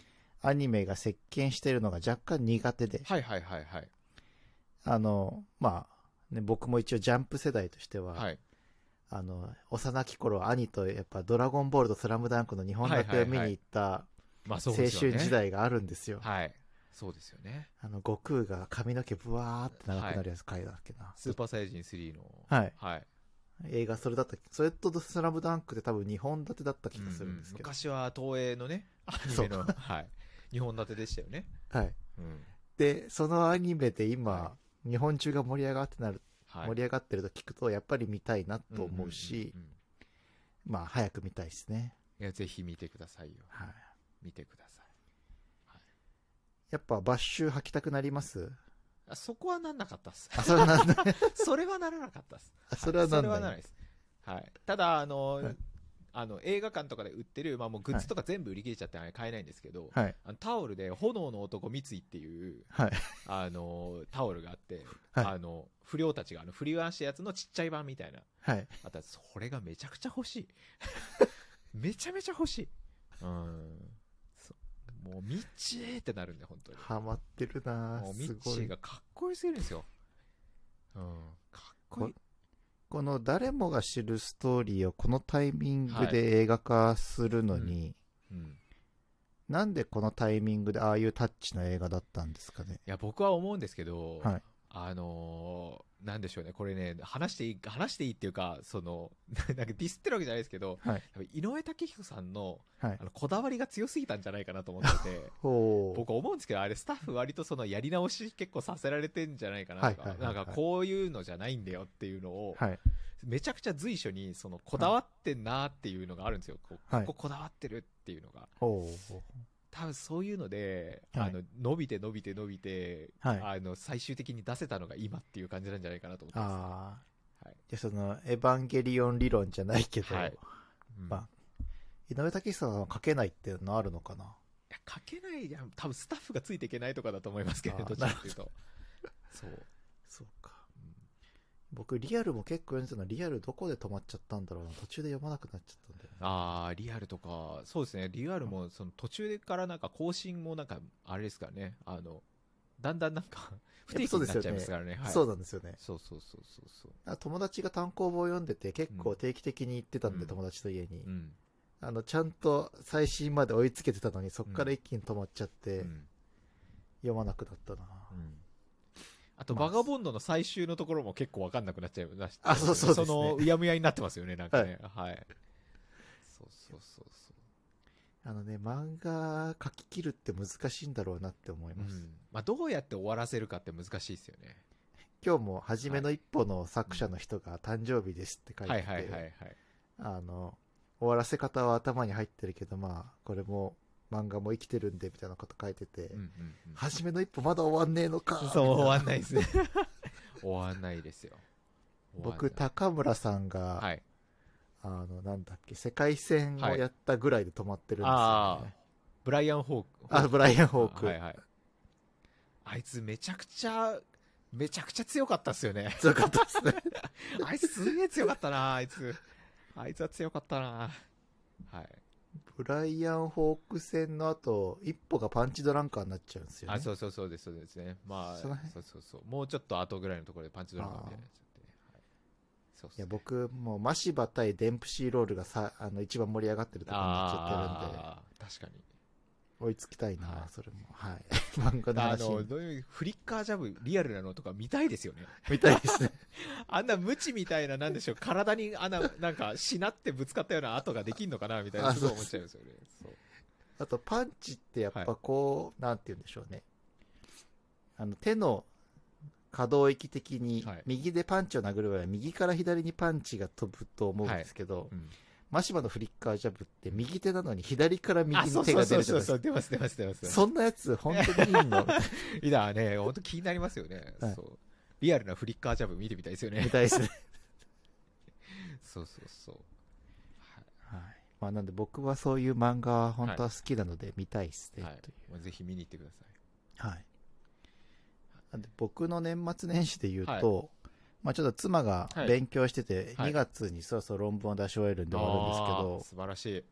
アニメが席巻してるのが若干苦手で。 はいはいはいはい。 あの、まあ、ね、僕も一応ジャンプ世代としては、 はい。 あの、幼き頃兄とやっぱドラゴンボールとスラムダンクのにほん立てを見に行った青春時代があるんですよ。 はい。そうですよね。 あの、悟空が髪の毛ブワーって長くなるやつ回だっけな。はい、 スーパーサイヤ人スリーの。 はい。 はい。 映画それだった、それとスラムダンクで多分にほん立てだった気がするんですけど。うんうん、 昔は東映のね、アニメの、はい。にほん立てでしたよね。 はい。うん、で、そのアニメで今、はい、日本中が盛り上がってなる、はい、盛り上がってると聞くと、やっぱり見たいなと思うし、うんうんうんうん、まあ、早く見たいですね。 いや、ぜひ見てくださいよ。 はい。 見てください。 はい、やっぱ、バッシュ履きたくなります？ あそこはなんなかったっす。 あ、それはなんないそれはならなかったっす。 あ、それはなんない。 それはならないです。はい。ただ、あの、はい、あの映画館とかで売ってる、まあ、もうグッズとか全部売り切れちゃって買えないんですけど、はい、あのタオルで炎の男三井っていう、はい、あのタオルがあって、はい、あの不良たちがあの振り回したやつのちっちゃい版みたいな、はい、あとそれがめちゃくちゃ欲しいめちゃめちゃ欲しい。うん、もうミッチーってなるんで本当にハマってるな。 もうミッチーがかっこよすぎるんですよ。うん、かっこいい。 この誰もが知るストーリーをこのタイミングで映画化するのに、はいうんうん、なんでこのタイミングでああいうタッチの映画だったんですかね。 いや僕は思うんですけど、はい、あのー、なんでしょうね、これね話していい話していいっていうか、そのなんかディスってるわけじゃないですけど、はい、井上武彦さんの、はい、あのこだわりが強すぎたんじゃないかなと思ってて僕思うんですけど、あれスタッフ割とそのやり直し結構させられてんじゃないかなとか、はいはいはいはい、なんかこういうのじゃないんだよっていうのを、はい、めちゃくちゃ随所にそのこだわってんなっていうのがあるんですよ、はい、こここだわってるっていうのが、はい、多分そういうので、はい、あの伸びて伸びて伸びて、はい、あの最終的に出せたのが今っていう感じなんじゃないかなと思ってます、ね。あはい、でそのエヴァンゲリオン理論じゃないけど、はいうんまあ、井上武久さんは書けないっていうのあるのかな。いや書けないじゃん、多分スタッフがついていけないとかだと思いますけど、どっちかっていうとそうそうか、うん、僕リアルも結構読んでたの。リアルどこで止まっちゃったんだろうな、途中で読まなくなっちゃったんだよね。 ああリアルとかそうですね、リアルもその途中からなんか更新もなんかあれですからね、あのだんだんなんか不定期になっちゃいますからね。 はい、そうなんですよね。 そうそうそうそうそう。友達が単行本を読んでて結構定期的に行ってたんで、うん、友達と家に、うん、あのちゃんと最新まで追いつけてたのにそっから一気に止まっちゃって、うん、読まなくなったな。うん、 あとバガボンドの最終のところも結構分かんなくなっちゃいました、 ね。あ、そうそうですね。 そのうやむやになってますよね、なんかね。はい。はい、そうそうそうそう。 あのね、漫画書き切るって難しいんだろうなって思います。うん、 まあ、どうやって終わらせるかって難しいですよね。 今日も初めの一歩の作者の人が誕生日ですって書いてて、はいはいはいはい、あの終わらせ方は頭に入ってるけど、まあこれも漫画も生きてるんでみたいなこと書いてて、うんうんうん、初めの一歩まだ終わんねえのか。 そう終わんないですね終わんないですよ。 僕高村さんが、はい、あのなんだっけ世界戦をやったぐらいで止まってるんですよね。はい、あブライアン・ホーク。 あブライアン・ホーク。 はいはい、あいつめちゃくちゃめちゃくちゃ強かったっすよね。 強かったっすねあいつすげえ強かったな。あいつあいつは強かったな。はい。 ブライアン・ホーク戦の後一歩がパンチドランカーになっちゃうんですよね。 あそうそうそうですそうですね。まあそうそうそうもうちょっと後ぐらいのところでパンチドランカーみたいになっちゃって、はい、そうっすね、 いや僕もうマシバ対デンプシーロールがさあの一番盛り上がってるところになっちゃってるんで、 あ確かに追いつきたいな、はい、それもはい漫画の話。 あのどういうフリッカージャブリアルなのとか見たいですよね。 見たいですねあんな無知みたいななんでしょう体にあんななんかしなってぶつかったような跡ができんのかなみたいなすごい思っちゃいますよね。そうあとパンチってやっぱこう、はい、なんて言うんでしょうね、あの手の可動域的に右でパンチを殴る場合は右から左にパンチが飛ぶと思うんですけど、はいうん、マシバのフリッカージャブって右手なのに左から右に手が出るじゃないですか。そうそうそうそう出ます出ます出ます。そんなやつ本当にいいのいやね本当気になりますよね、はい、そうリアルなフリッカージャブ見てみたいですよね。 見たいですねそうそうそう、 はい、はい、まあなんで僕はそういう漫画は本当は好きなので見たいですね、はい、という、 はい、ぜひ見に行ってください。はい。で僕の年末年始で言うと、はい、まあちょっと妻が勉強してて、にがつにそろそろ論文を出し終えるんで終わるんですけど、 素晴らしい。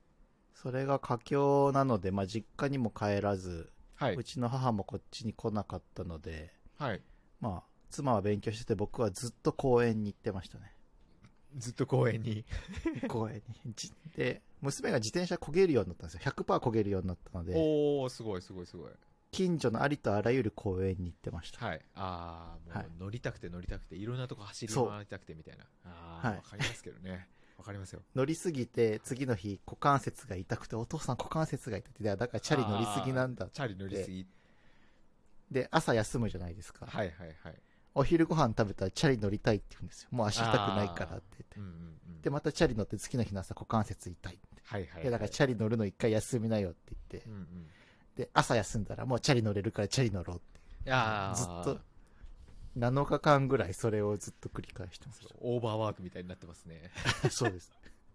それが佳境なので、まあ、実家にも帰らず、 はい、 うちの母もこっちに来なかったので、 はい、 まあ、妻は勉強してて僕はずっと公園に行ってましたね。 ずっと公園に公園に。で、娘が自転車焦げるようになったんですよ。ひゃくパーセント焦げるようになったので。 おー、すごいすごいすごい。 近所のありとあらゆる公園に行ってました。 はい。ああ、もう乗りたくて乗りたくて、いろんなとこ走り回りたくてみたいな。ああ、わ、はい、かりますけどね。わかりますよ。 乗りすぎて、次の日、股関節が痛くて、お父さん股関節が痛くて、だからチャリ乗りすぎなんだって。 チャリ乗りすぎ。 で、朝休むじゃないですか。 はいはいはい。 お昼ご飯食べたらチャリ乗りたいって言うんですよ。もう足痛くないからって言って。うんうんうん、で、またチャリ乗って次の日の朝股関節痛いって。 はいはい、はい。 で、だからチャリ乗るの一回休みなよって言って。うんうん、で、朝休んだらもうチャリ乗れるからチャリ乗ろうって。あずっと。なのかかんぐらいそれをずっと繰り返してます。 オーバーワークみたいになってますね。 そうです。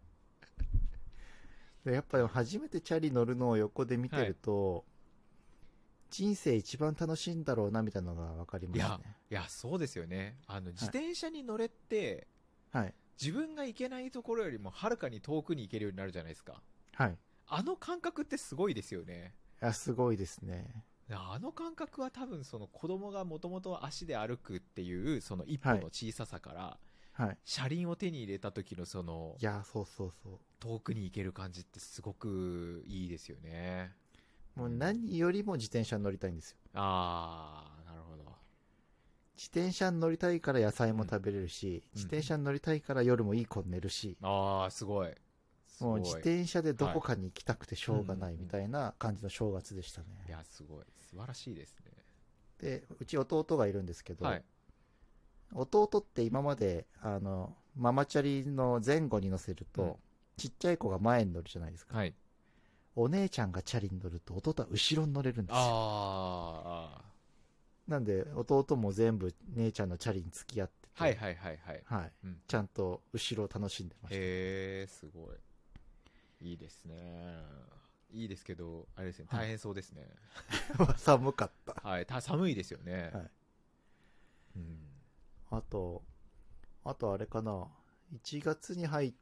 でやっぱり初めてチャリ乗るのを横で見てると、はい、人生一番楽しいんだろうなみたいなのが分かりますね。いや、 いやそうですよね。あの自転車に乗れって、 はい、 自分が行けないところよりもはるかに遠くに行けるようになるじゃないですか。 はい。 あの感覚ってすごいですよね。 いや、すごいですね。 あの感覚は多分その子供がもともと足で歩くっていうその一歩の小ささから、はい、車輪を手に入れた時のその、 いや、そうそうそう。 遠くに行ける感じってすごくいいですよね。 もう何よりも自転車に乗りたいんですよ。 あー、なるほど。 自転車に乗りたいから野菜も食べれるし、うん、自転車に乗りたいから夜もいい子に寝るし。 あー、すごい。 もう自転車でどこかに行きたくてしょうがないみたいな感じの正月でしたね。 いや、すごい。素晴らしいですね。 で、うち弟がいるんですけど、はい、弟って今まで、あの、ママチャリの前後に乗せると、うん、ちっちゃい子が前に乗るじゃないですか。はい、お姉ちゃんがチャリに乗ると弟は後ろに乗れるんですよ。あなんで、弟も全部姉ちゃんのチャリに付き合ってて、 はいはいはいはい。はいうん、ちゃんと後ろを楽しんでました。 へー、すごい。いいですね。いいですけど、あれですね、大変そうですね。 はい、寒かった。 はい、た寒いですよね。はい。 うん。あと、あとあれかな、いちがつに入って、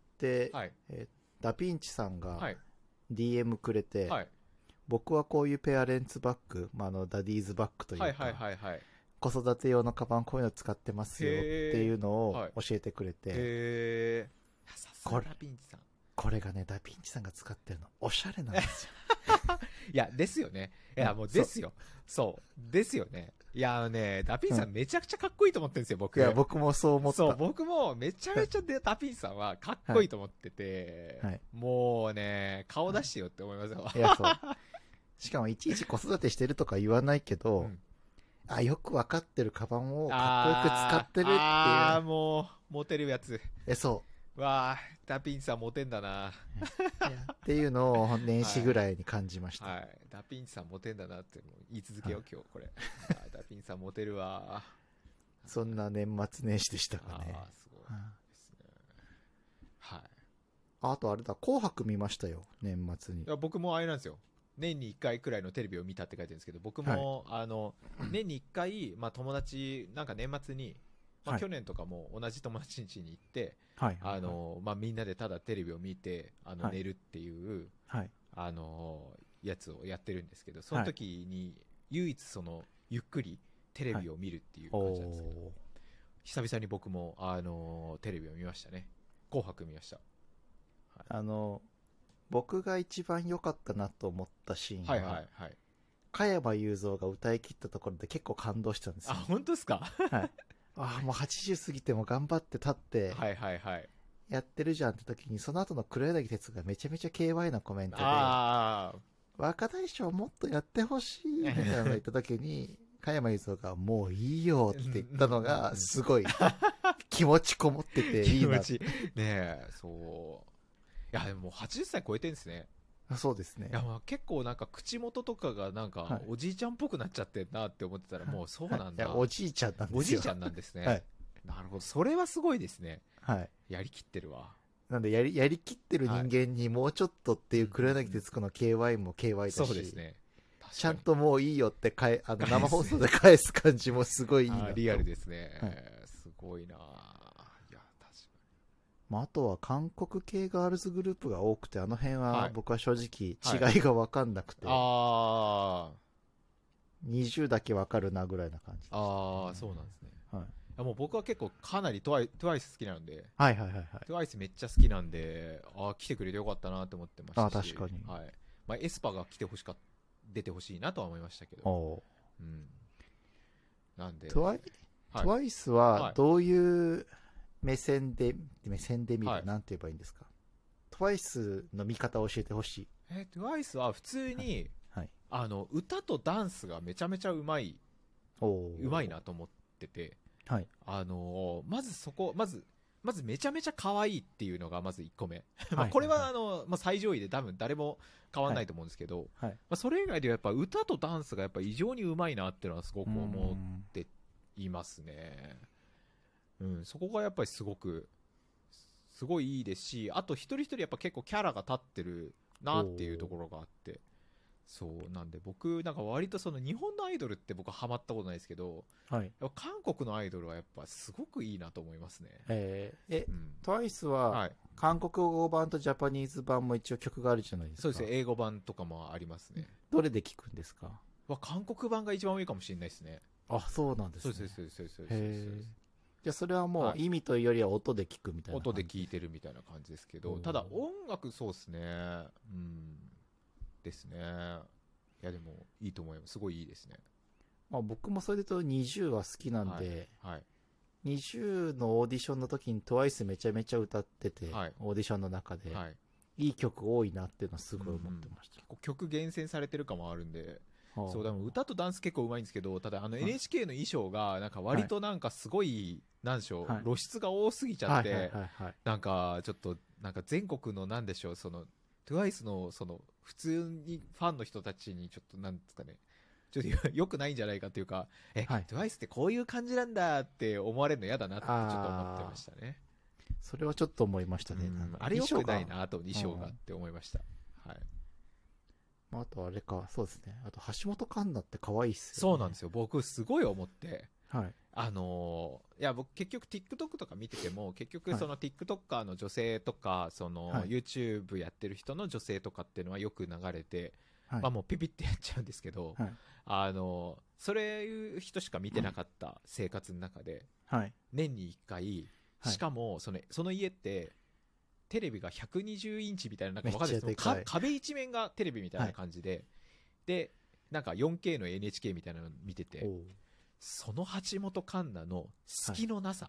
はい、えー、ダヴィンチさんが ディーエム くれて、はい、僕はこういうペアレンツバッグ、まあ、あのダディーズバッグというか、はいはいはいはい、子育て用のカバンこういうの使ってますよっていうのを教えてくれて、 へー、さすがダヴィンチさん。 これがね、ダヴィンチさんが使ってるの、おしゃれなんですよ。 いや、ですよね。いや、もうですよ。そう。ですよね。いや、あのね、ダヴィンチさんめちゃくちゃかっこいいと思ってるんですよ、僕。 いや、僕もそう思った。 そう、僕もめちゃめちゃでダヴィンチさんはかっこいいと思ってて、はい、もうね、顔出してよって思いますよ。 いや、そう。しかも、いちいち子育てしてるとか言わないけど、うん、あ、よくわかってるカバンをかっこよく使ってるっていう。 ああ、もう、モテるやつ。 え、そう。 わあ、ダヴィンチさんモテんだなっていうのを年始ぐらいに感じました。 はい、はい、ダヴィンチさんモテんだなって言い続けよう、はい、今日これ。ダヴィンチさんモテるわ。 そんな年末年始でしたかね。 ああ、すごいですね。はい。 あとあれだ、紅白見ましたよ、年末に。いや、僕もあれなんですよ。年にいっかいくらいのテレビを見たって書いてるんですけど、僕も、はい、あの年にいっかい、まあ、友達なんか年末に、まあ、去年とかも同じ友達ん家に行って、はいあのまあ、みんなでただテレビを見てあの、はい、寝るっていう、はい、あのやつをやってるんですけど、その時に唯一そのゆっくりテレビを見るっていう感じなんですけど、はい、久々に僕もあのテレビを見ましたね。紅白見ました、 はい、あの僕が一番良かったなと思ったシーンは、はいはいはい、加山雄三が歌い切ったところで結構感動したんですよ。 あ、本当ですか？ はいああ、もうはちじゅう過ぎても頑張って立って、はいはいはい。やってるじゃんって時に、その後の黒柳徹子がめちゃめちゃ ケーワイ なコメントで、あ若大将もっとやってほしいみたいなのを言った時に、加山雄三がもういいよって言ったのが、すごい気持ちこもってていいな。気持ち。 ねえ、そう。いや、でもはちじゅっさい超えてるんですね。 そうですね。 いやまあ結構なんか口元とかがなんかおじいちゃんっぽくなっちゃってんなって思ってたら、もうそうなんだ、 はい、いやおじいちゃんなんですよ。 おじいちゃんなんですね、はい、なるほど。それはすごいですね。はい、やりきってるわ。 なんでやりやりきってる人間にもうちょっとっていう黒柳徹子の ケーワイ も ケーワイ だし、そうですね、ちゃんともういいよってかえあの生放送で返す感じもすごいいいな。 リアルですね、はい、すごいな。いや確かにまあ、あとは韓国系ガールズグループが多くて、あの辺は僕は正直違いが分かんなくて、 はい、あにじゅうだけ分かるなぐらいな感じ、ね、 ああ、そうなんですね。 はい、 もう僕は結構かなりトワイトワイス好きなんで、 はいはいはいはい、 トワイスめっちゃ好きなんで、ああ来てくれてよかったなって思ってましたし、 あ確かに、 はい、まあ、エスパが来てほしか出てほしいなとは思いましたけど、うん、なんでトワイ、はい、トワイスはどういう目線で、目線で見る、はい、なんて言えばいいんですか。トワイスの見方を教えてほしい。 えー、トワイスは普通に、はいはい、あの歌とダンスがめちゃめちゃうまい、うまいなと思ってて、はい、あのー、まずそこ、まず、まずめちゃめちゃ可愛いっていうのがまずいっこめ。まあこれはあの、まあ、最上位で多分誰も変わんないと思うんですけど、はいはい、まあ、それ以外ではやっぱ歌とダンスがやっぱ異常にうまいなっていうのはすごく思っていますね。うん、そこがやっぱりすごく、すごいいいですし、あと一人一人やっぱ結構キャラが立ってるなっていうところがあって、そうなんで僕なんか割とその日本のアイドルって僕はハマったことないですけど、はい、韓国のアイドルはやっぱすごくいいなと思いますね。 えー、え、うん、トワイスは韓国語版とジャパニーズ版も一応曲があるじゃないですか。 そうですね、英語版とかもありますね。 どれで聞くんですか？ は韓国版が一番多いかもしれないですね。 あ、そうなんですね。 そうですそうですそうですそうです。 じゃあそれはもう意味というよりは音で聞くみたいな、 音で聞いてるみたいな感じですけど、ただ音楽そうですね、うんですね。いやでもいいと思います。すごいいいですね。 まあ僕もそれで言うとにじゅうは好きなんで、はいはい、にじゅうのオーディションの時にトワイスめちゃめちゃ歌ってて、はい、オーディションの中で、はい、いい曲多いなっていうのはすごい思ってました。 うん、結構曲厳選されてる感もあるんで、そうだ歌とダンス結構うまいんですけど、ただあの エヌエイチケー の衣装がなんか割となんかすごい、なんでしょう、はい、露出が多すぎちゃって、なんかちょっとなんか全国のなんでしょう、そのトゥワイスのその普通にファンの人たちにちょっとなんですかね、ちょっと良くないんじゃないかっていうか、え、はい、トゥワイスってこういう感じなんだって思われるの嫌だなってちょっと思ってましたね。 それはちょっと思いましたね。 なんかあれ良くないなと衣装がって思いました。はい。 あとあれか、そうですね。あと橋本環奈って可愛いっすよね。 そうなんですよ。僕すごい思って、 はい、 あのー、いや僕結局 TikTok とか見てても結局その TikToker の女性とかその YouTube やってる人の女性とかっていうのはよく流れて、はい、まあもうピピってやっちゃうんですけど、はい、あのー、それいう人しか見てなかった生活の中で、はい、年にいっかい、しかもそのその家ってテレビがひゃくにじゅうインチみたいな、なんか分かんないですけど、壁一面がテレビみたいな感じで、はい、で、なんか よんケー の エヌエイチケー みたいなの見てて、その橋本環奈の隙のなさ、はい、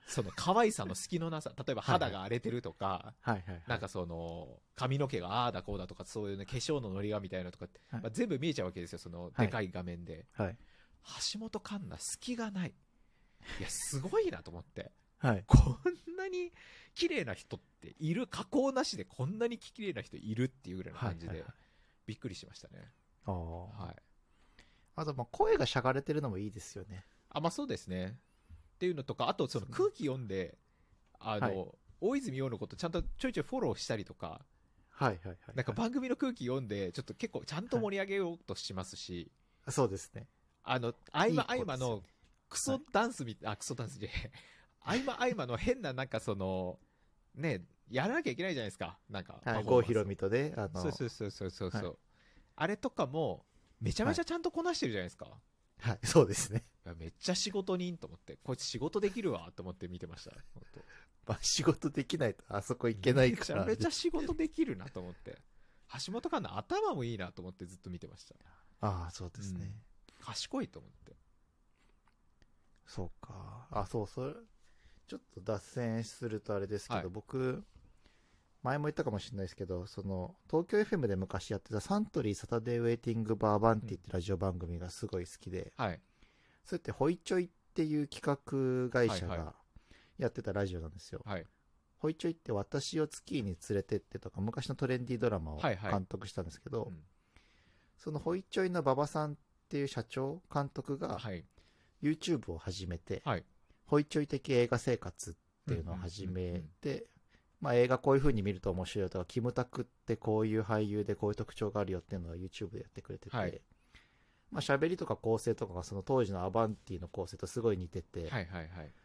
その可愛さの隙のなさ、例えば肌が荒れてるとか、なんかその髪の毛がああだこうだとか、そういうね、化粧のノリがみたいなとかって、はい、まあ、全部見えちゃうわけですよ、そのでかい画面で。はいはい、橋本環奈隙がない。いや、すごいなと思って。はい、こんなに綺麗な人っている、加工なしでこんなに綺麗な人いるっていうぐらいの感じでびっくりしましたね。 あ、はい、あとまあ声がしゃがれてるのもいいですよね。 あ、まあそうですねっていうのとか、あとその空気読んで、あの、はい、大泉洋のことちゃんとちょいちょいフォローしたりとか、はいはいはい、なんか番組の空気読んでちょっと結構ちゃんと盛り上げようとしますし、 はい、そうですね。 あの合間合間のクソダンスみたいな、はい、あクソダンスで合間合間の変ななんかそのね、やらなきゃいけないじゃないですか、なんか郷ひろみとね、 あのそうそうそうそうそう、はい、あれとかもめちゃめちゃちゃんとこなしてるじゃないですか。 はい、はい、そうですね。 めっちゃ仕事人と思って、こいつ仕事できるわと思って見てました。本当まあ仕事できないとあそこ行けないから、 めちゃめちゃ仕事できるなと思って、橋本環奈頭もいいなと思ってずっと見てました。 ああそうですね、 うん、賢いと思って。 そうか、あそうそれちょっと脱線するとあれですけど、はい、僕前も言ったかもしれないですけど、その東京 エフエム で昔やってたサントリーサタデーウェイティングバーバンティってラジオ番組がすごい好きで、うん、はい、それってホイチョイっていう企画会社がやってたラジオなんですよ、はいはい、ホイチョイって私をスキーに連れてってとか昔のトレンディードラマを監督したんですけど、はいはい、うん、そのホイチョイの馬場さんっていう社長監督が YouTube を始めて、はい、ホイチョイ的映画生活っていうのを始めて、まあ映画こういう風に見ると面白いよとか、キムタクってこういう俳優でこういう特徴があるよっていうのを YouTube でやってくれてて、はい、まあ喋りとか構成とかがその当時のアバンティの構成とすごい似てて、はいはいはい、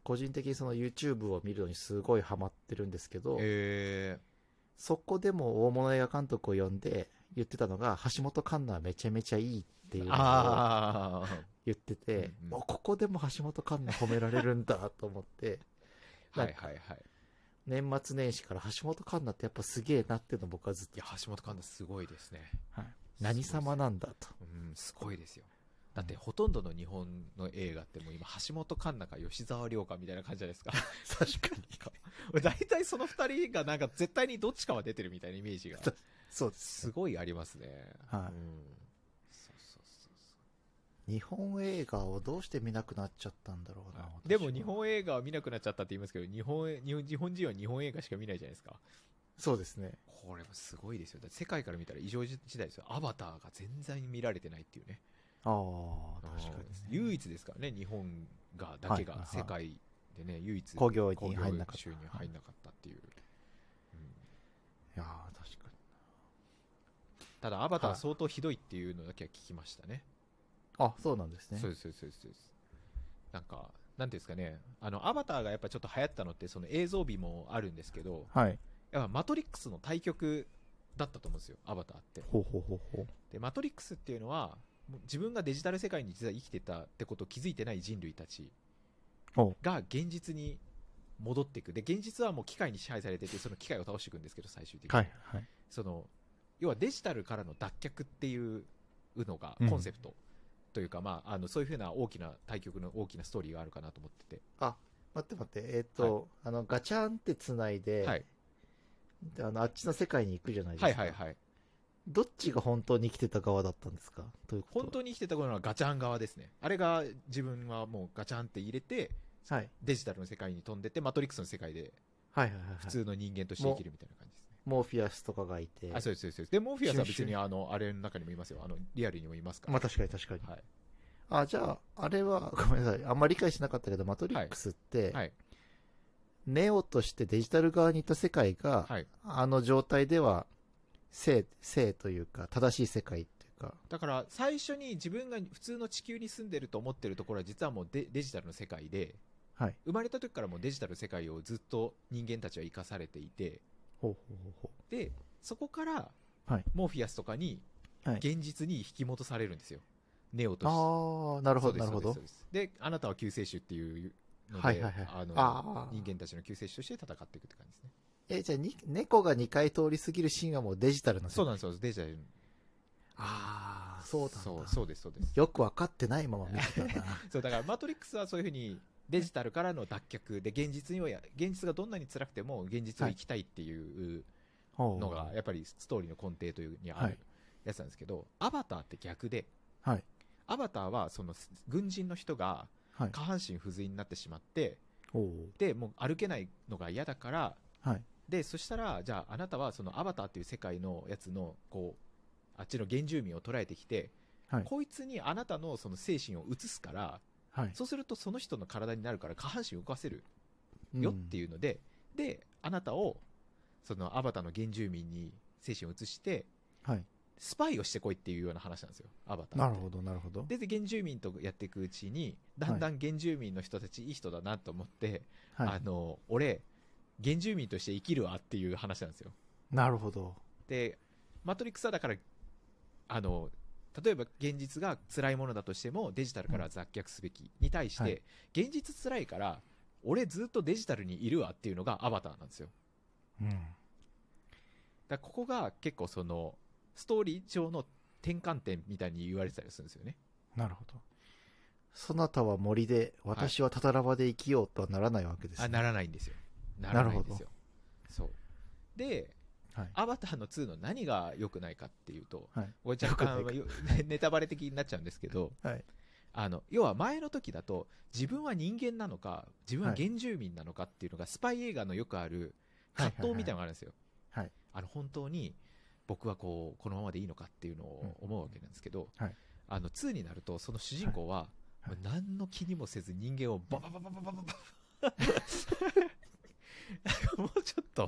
個人的にその YouTube を見るのにすごいハマってるんですけど、 えー、 そこでも大物映画監督を呼んで言ってたのが、橋本環奈はめちゃめちゃいいっていうのを言ってて、うんうん、ここでも橋本環奈褒められるんだと思って、 はいはいはい。 年末年始から橋本環奈ってやっぱすげえなっていうの僕はずっと。 いや、橋本環奈すごいですね。 はい。何様なんだと。 うん、すごいですよ。だってほとんどの日本の映画ってもう今橋本環奈か吉沢亮かみたいな感じじゃないですか。 確かに。大体その二人がなんか絶対にどっちかは出てるみたいなイメージが。 そうです。 すごいありますね。 はい。うん、そうそうそうそう。日本映画をどうして見なくなっちゃったんだろうな。 でも日本映画は見なくなっちゃったって言いますけど、日本、日本、日本人は日本映画しか見ないじゃないですか。 そうですね。 これもすごいですよ。だって世界から見たら異常事態ですよ。アバターが全然見られてないっていうね。 ああ、確かに、ね、 唯一ですからね、日本がだけが世界でね、はいはいはい、唯一興行に入んなかった、 収入入んなかったっていう、うん、いやー確かに。 ただアバター相当ひどいっていうのだけは聞きましたね。 あ、そうなんですね。 そうですそうですそうです。なんかなんていうんですかね、あのアバターがやっぱちょっと流行ったのってその映像美もあるんですけど、 はい、 やっぱマトリックスの対極だったと思うんですよ、アバターって。 ほうほうほうほう。 でマトリックスっていうのは自分がデジタル世界に実は生きてたってことを気づいてない人類たちが現実に戻っていく。で現実はもう機械に支配されてて、その機械を倒していくんですけど、最終的に、 はいはい、 その要はデジタルからの脱却っていうのがコンセプト、うん、というか、まあ、あのそういうふうな大きな対局の大きなストーリーがあるかなと思ってて。 あ、待って待って、えっ、ー、と、はい、あのガチャンってつないで、はい、あのあっちの世界に行くじゃないですか。はいはいはい。どっちが本当に生きてた側だったんですか？ということは本当に生きてた側はガチャン側ですね。あれが自分はもうガチャンって入れて、はい、デジタルの世界に飛んでってマトリックスの世界で普通の人間として生きるみたいな感じですね。 モーフィアスとかがいて。 あ、そうですそうです。でモーフィアスは別にあのあれの中にもいますよ。あのリアルにもいますから。 まあ確かに確かに。はい、あ、じゃああれはごめんなさい。あんまり理解しなかったけどマトリックスって、はいはい、ネオとしてデジタル側にいた世界が、はい、あの状態では正、正というか正しい世界っていうか、 だから最初に自分が普通の地球に住んでると思ってるところは実はもう デ, デジタルの世界で、はい、生まれた時からもうデジタルの世界をずっと人間たちは生かされていて、 ほうほうほうほう、 でそこから、はい、モーフィアスとかに現実に引き戻されるんですよ、ネオとして。 ああ、なるほどなるほど。 であなたは救世主っていうので、はいはいはい、あのあ人間たちの救世主として戦っていくって感じですね。 え、じゃあに猫がにかい通り過ぎるシーンはもうデジタルなんですか？ そうなんですよ、デジタル。 ああ、そうなんだ。 そうそうですそうです。 よく分かってないまま見てたな。 そうだからマトリックスはそういうふうにデジタルからの脱却で現実には現実がどんなに辛くても現実を生きたいっていうのがやっぱりストーリーの根底というにあるやつなんですけど、はい、アバターって逆で、はい、アバターはその軍人の人が下半身不随になってしまって、はい、でもう歩けないのが嫌だから、はい、でそしたらじゃああなたはそのアバターっていう世界のやつのこうあっちの原住民を捉えてきて、はい、こいつにあなたのその精神を移すから、はい、そうするとその人の体になるから下半身を動かせるよっていうので、うん、であなたをそのアバターの原住民に精神を移して、はい、スパイをしてこいっていうような話なんですよ、アバターって。 なるほどなるほど。 で原住民とやっていくうちにだんだん原住民の人たちいい人だなと思って、はい、あの俺原住民として生きるわっていう話なんですよ。 なるほど。 でマトリックスはだからあの例えば現実が辛いものだとしてもデジタルから脱却すべきに対して、うんはい、現実辛いから俺ずっとデジタルにいるわっていうのがアバターなんですよ、うん、だからここが結構そのストーリー上の転換点みたいに言われてたりするんですよね。 なるほど。そなたは森で私はタタラバで生きようとはならないわけですね、 はい、あならないんですよ。ならないんですよ。そうではい、アバターのツーの何が良くないかっていうと、はい、これ若干ネタバレ的になっちゃうんですけど、はい、あの要は前の時だと自分は人間なのか自分は原住民なのかっていうのがスパイ映画のよくある葛藤みたいなのがあるんですよ、はいはいはい、あの本当に僕はこうこのままでいいのかっていうのを思うわけなんですけど、はい、あのツーになるとその主人公は、はいはい、何の気にもせず人間をババババババババもうちょっと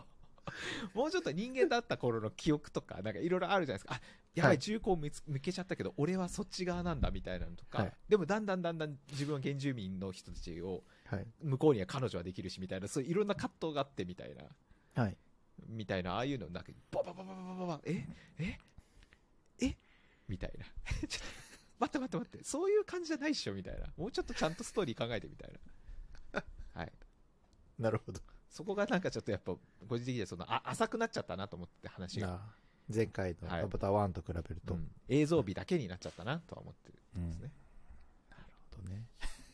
もうちょっと人間だった頃の記憶とかなんかいろいろあるじゃないですか。あ、やばい、銃口向けちゃったけど俺はそっち側なんだみたいなのとか、はい、でもだんだんだんだん自分は原住民の人たちを、はい、向こうには彼女はできるしみたいな、そういういろんな葛藤があってみたいな、はい、みたいな、ああいうのなんかバババババババえええみたいな待って待って待って、そういう感じじゃないっしょみたいな、もうちょっとちゃんとストーリー考えてみたいなはい、 なるほど。 そこがなんかちょっとやっぱ個人的にはそのあ浅くなっちゃったなと思って話が、 前回のアバターワンと比べると、はいうん、 映像美だけになっちゃったなとは思ってるんですね、 うん、なるほどね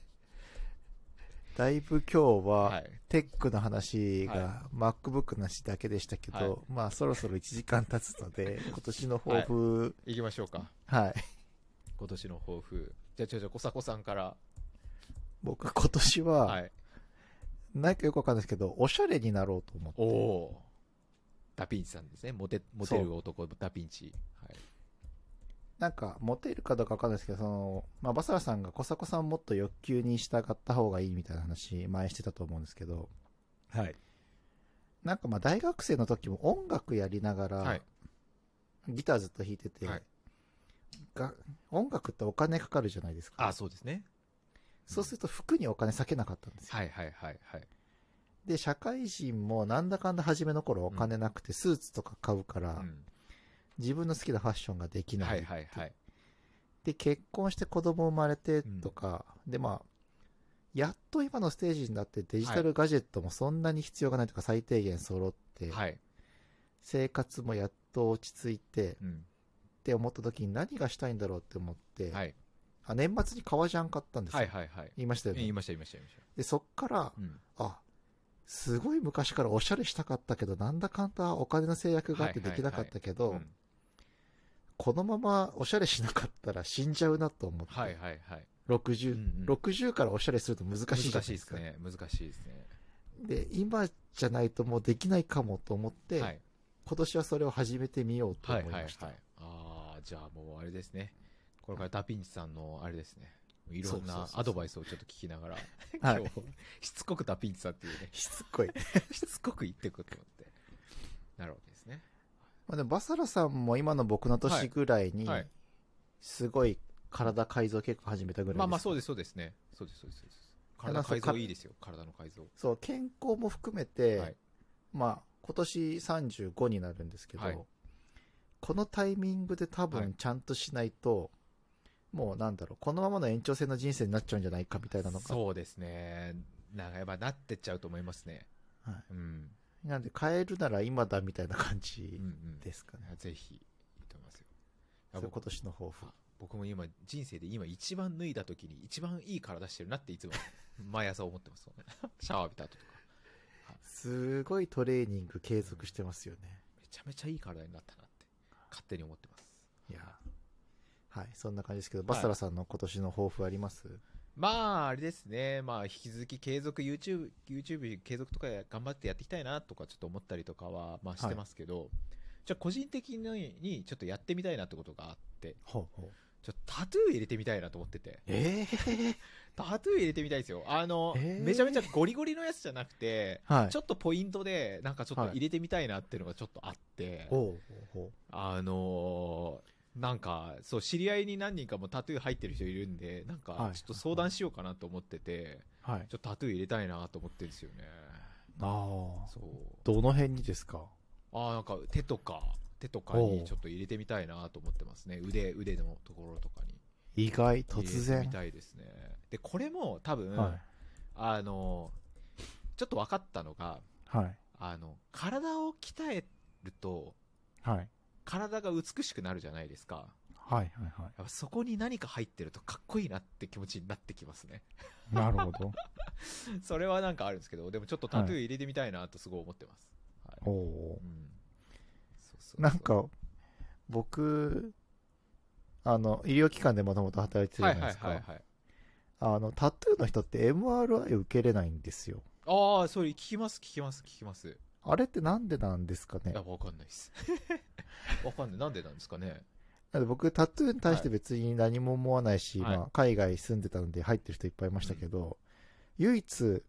だいぶ今日はテックの話が、はい、MacBook の話だけでしたけど、はい、まあそろそろいちじかん経つので今年の抱負、 はい、いきましょうか。 はい、 今年の抱負、じゃあちょちょ小迫さんから。 僕は今年は、はい、なんかよくわかんないですけどおしゃれになろうと思って。 おー、ダピンチさんですね。モテ、モテる男ダピンチ、はい、 なんかモテるかどうかわかんないですけど、その、まあ、バサラさんが小迫さんもっと欲求に従った方がいいみたいな話前してたと思うんですけど、 はい、 なんかまあ大学生の時も音楽やりながら、はい、ギターずっと弾いてて、はい、が音楽ってお金かかるじゃないですか。 あ、そうですね。 そうすると服にお金割けなかったんですよ。 はいはいはいはい。 で社会人もなんだかんだ初めの頃お金なくてスーツとか買うから、うん、自分の好きなファッションができない。はいはいはい。で結婚して子供生まれてとか、うん、でまあやっと今のステージになってデジタルガジェットもそんなに必要がないとか最低限揃って、はい、生活もやっと落ち着いて、うん、って思った時に何がしたいんだろうって思って、はい、あ年末に革ジャン買ったんですよ。はいはいはい。言いましたよね。 言いました言いました言いました。 でそっから、うん、あすごい昔からおしゃれしたかったけどなんだかんだお金の制約があってできなかったけど、はいはいはいうん、このままおしゃれしなかったら死んじゃうなと思って、はいはいはい、ろくじゅう、うんうん、ろくじゅうからおしゃれすると難しいじゃないですか。 難しいですね。難しいですね。 で今じゃないともうできないかもと思って、はい、今年はそれを始めてみようと思いました。はいはいはい、 ああじゃあもうあれですね。これからダピンチさんのあれですね。いろんなアドバイスをちょっと聞きながら、今日、はい、しつこくダピンチさんっていうね。 しつこい。 しつこく言っていくと思って。なるわけですね。 まあ、でもバサラさんも今の僕の年ぐらいに、はいはい、すごい体改造結構始めたぐらいです。 まあまあそうですそうですね。そうですそうですそうです。体改造いいですよ。体の改造。 そう、健康も含めて、はい、まあ今年さんじゅうごになるんですけど、はい、このタイミングで多分ちゃんとしないと、はいもうなんだろうこのままの延長線の人生になっちゃうんじゃないかみたいなのがそうですねなんかやっぱなってっちゃうと思いますね、 はいうん、なんで変えるなら今だみたいな感じですかね、 うんうん、ぜひいいと思いますよ。 それ今年の抱負。 僕も今人生で今一番脱いだ時に一番いい体してるなっていつも毎朝思ってますシャワー浴びた後とか、 はい、すごいトレーニング継続してますよね、うん、 めちゃめちゃいい体になったなって勝手に思ってます。 いやはい、そんな感じですけど、バサラさんの今年の抱負あります？はい、 まあ、あれですね、まあ、引き続き継続、YouTube、YouTube 継続とか頑張ってやっていきたいなとかちょっと思ったりとかは、まあ、してますけど、はい、じゃあ個人的にちょっとやってみたいなってことがあって、ほうほうちょっとタトゥー入れてみたいなと思ってて、 えー、 タトゥー入れてみたいですよ。あの、えー、めちゃめちゃゴリゴリのやつじゃなくて、はい、ちょっとポイントで、なんかちょっと入れてみたいなっていうのがちょっとあって、はい、あのー、なんかそう知り合いに何人かもタトゥー入ってる人いるんでなんかちょっと相談しようかなと思ってて、はい、ちょっとタトゥー入れたいなと思ってるんですよね。 ああそうどの辺にですか？ あなんか手とか手とかにちょっと入れてみたいなと思ってますね。腕腕のところとかに意外突然入れてみたいですね。でこれも多分、はい、あのちょっと分かったのが、はい、あの体を鍛えると、はい体が美しくなるじゃないですか。はいはいはい。やっぱそこに何か入ってるとかっこいいなって気持ちになってきますね。 なるほど。 それはなんかあるんですけど、でもちょっとタトゥー入れてみたいなとすごい思ってます。はい、おお、うん。 そうそうそう。なんか僕あの医療機関でもともと働いてるじゃないですか。はいはいはいはい。あのタトゥーの人って エムアールアイ 受けれないんですよ。 ああ、それ聞きます聞きます聞きます。 あれってなんでなんですかね。 いやわかんないです。わかんない。なんでなんですかね。 なんで僕タトゥーに対して別に何も思わないし、はいまあ、海外住んでたので入ってる人いっぱいいましたけど、うん、唯一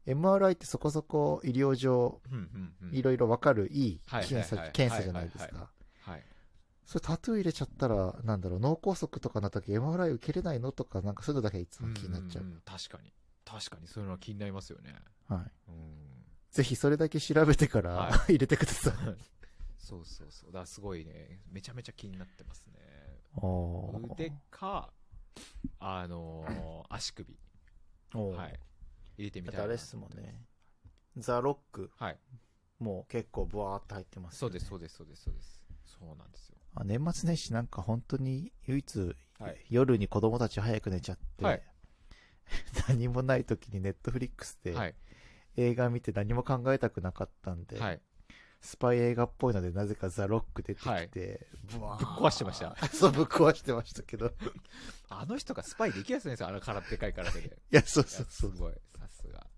エムアールアイ ってそこそこ医療上、いろいろわかるいい検査、検査じゃないですか。 はい。 それタトゥー入れちゃったら、なんだろう、脳梗塞とかなった時 エムアールアイ 受けれないのとか、なんかそういうのだけいつも気になっちゃう。うんうん、 確かに。確かにそういうのは気になりますよね。 はい。うん、ぜひそれだけ調べてから、はい、入れてください。 そうそうそう。だからすごいね、めちゃめちゃ気になってますね。腕か、あのー、足首。はい。入れてみたいな。 あれっすもんね。ザ・ロック。はい。もう結構ブワーって入ってます、ね。 そうです、そうです、そうです、そうです。そうなんですよ。 あ、年末年始なんか本当に唯一、はい、夜に子供たち早く寝ちゃって、はい、何もない時にネットフリックスで、はい、映画見て何も考えたくなかったんで、はい、スパイ映画っぽいのでなぜかザ・ロック出てきて、はい、 ブワーぶっ壊してました。 そう、ぶっ壊してましたけど。 あの人がスパイできやすいんですよ、あの空ってかい体で。いや、そうそうそう。 すごい、さすが。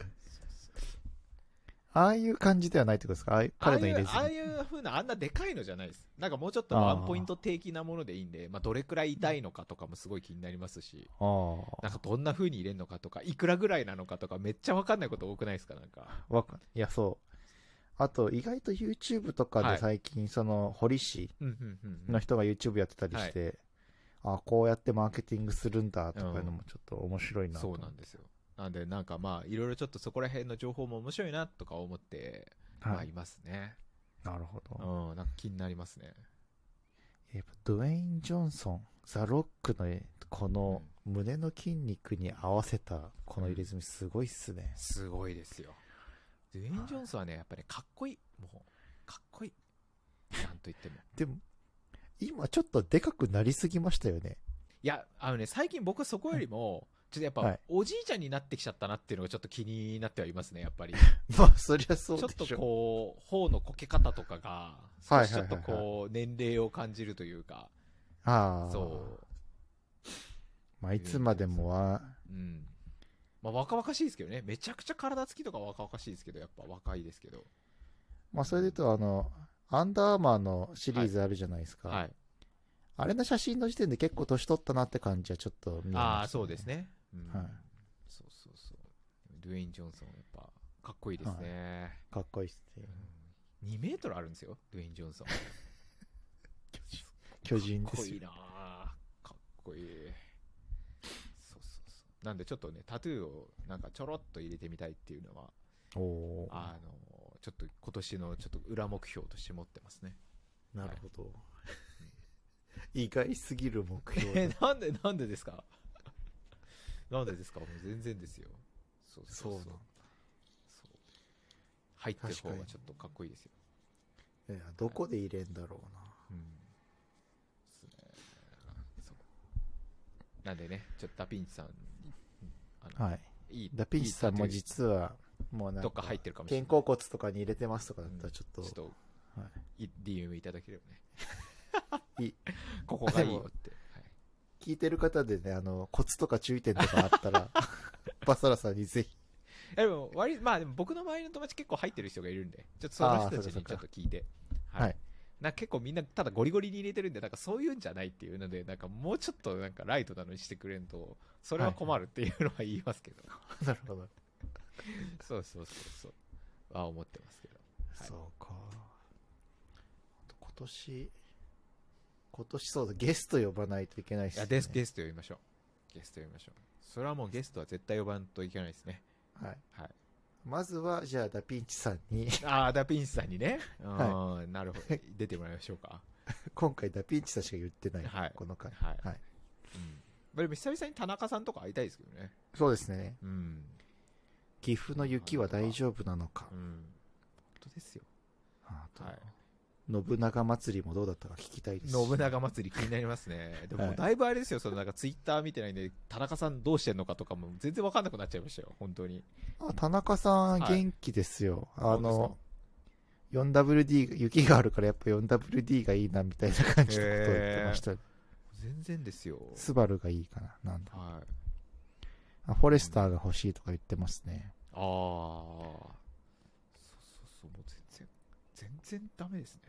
ああいう感じではないってことですか？ああいう彼の入れ墨。ああいう風な、あんなでかいのじゃないです。なんかもうちょっとワンポイント的なものでいいんで、まあどれくらい痛いのかとかもすごい気になりますし、なんかどんな風に入れるのかとか、いくらぐらいなのかとか、めっちゃわかんないこと多くないですか？なんか。 わかん、いや、そう。あと、意外と YouTube とかで最近、その、堀市の人が YouTube やってたりして、あ、こうやってマーケティングするんだとかいうのもちょっと面白いなと、 うん。そうなんですよ。なんで、なんかまあ、いろいろちょっとそこら辺の情報も面白いなとか思って、はい、まあ、いますね。 なるほど。 うん、なんか気になりますね。 やっぱドウェイン・ジョンソン、ザ・ロックのこの胸の筋肉に合わせたこの入れ墨すごいっすね。 うん、すごいですよ。ドウェイン・ジョンソンはね、やっぱり、ね、かっこいい。もう、かっこいい。なんと言っても。 でも、今ちょっとでかくなりすぎましたよね。 いや、あのね、最近僕そこよりも、ちょっとやっぱ、おじいちゃんになってきちゃったなっていうのがちょっと気になってはいますね、やっぱり。 まあ、そりゃそうでしょ。 ちょっとこう、頬のこけ方とかが、少しちょっとこう、年齢を感じるというか。 ああ。 そう。 まあ、いつまでもは、 うん。まあ、若々しいですけどね。めちゃくちゃ体つきとか若々しいですけど、やっぱ若いですけど。 まあ、それで言うと、あの、アンダーアーマーのシリーズあるじゃないですか。はい。はい、あれの写真の時点で結構年取ったなって感じはちょっと見えました、ね。 ああ、そうですね。うん、 はい。 そうそうそう。ドゥエイン・ジョンソン、やっぱ、かっこいいですね。 はい、かっこいいっすね。 うん、にメートルあるんですよ、ドゥエイン・ジョンソン。 巨人ですよ。 かっこいいなかっこいい。そうそうそう。なんでちょっとね、タトゥーをなんかちょろっと入れてみたいっていうのは、おあの、ちょっと今年のちょっと裏目標として持ってますね。 なるほど。はい、意外すぎる目標。 え、なんで、なんでですかなんでですかもう全然ですよ。そうそうそう。そうそう入ってる方がちょっとかっこいいですよ。 いや、どこで入れんだろうな。うん。 なんでね、ちょっとダピンチさん、 あの、はい。いいダピンチさんも実は、もうなんか、 どっか入ってるかもしれない。 肩甲骨とかに入れてますとかだったらちょっと、うん、ちょっと、 はい、ディーエム いただければね。いい。ここがいいよって。はい、 聞いてる方でね、あの、コツとか注意点とかあったら、バサラさんにぜひ。 でも、割、まあでも僕の周りの友達結構入ってる人がいるんで、ちょっとその人たちにちょっと聞いて。はい。はい、なんか結構みんなただゴリゴリに入れてるんで、なんかそういうんじゃないっていうので、なんかもうちょっとなんかライトなのにしてくれんと、それは困るっていうのは言いますけど。 はい、なるほど。 そうそうそうそう。は思ってますけど。 はい、そうか。今年、今年そうだ、ゲスト呼ばないといけないですね。 いや、ゲスト呼びましょう。ゲスト呼びましょう。それはもうゲストは絶対呼ばんといけないですね。 はい。はい。まずは、じゃあ、ダピンチさんに。 ああ、ダピンチさんにね。はい。なるほど。出てもらいましょうか。 今回、ダピンチさんしか言ってない。はい。この回。はい。はい。 うん。でも、久々に田中さんとか会いたいですけどね。 そうですね。うん。岐阜の雪は大丈夫なのか。うん。 本当ですよ。 はあ、はい。信長祭りもどうだったか聞きたいです。 信長祭り気になりますね。でもだいぶあれですよ、そのなんかツイッター見てないんで、田中さんどうしてんのかとかも全然わかんなくなっちゃいましたよ、本当に。 あ、田中さん元気ですよ。はい、あの、フォーダブリューディー、雪があるからやっぱ フォーダブリューディー がいいなみたいな感じのことを言ってました。 全然ですよ。 スバルがいいかな、なんだ。はい。あ、フォレスターが欲しいとか言ってますね。 ああ。そうそうそう、もう全然、全然ダメですね。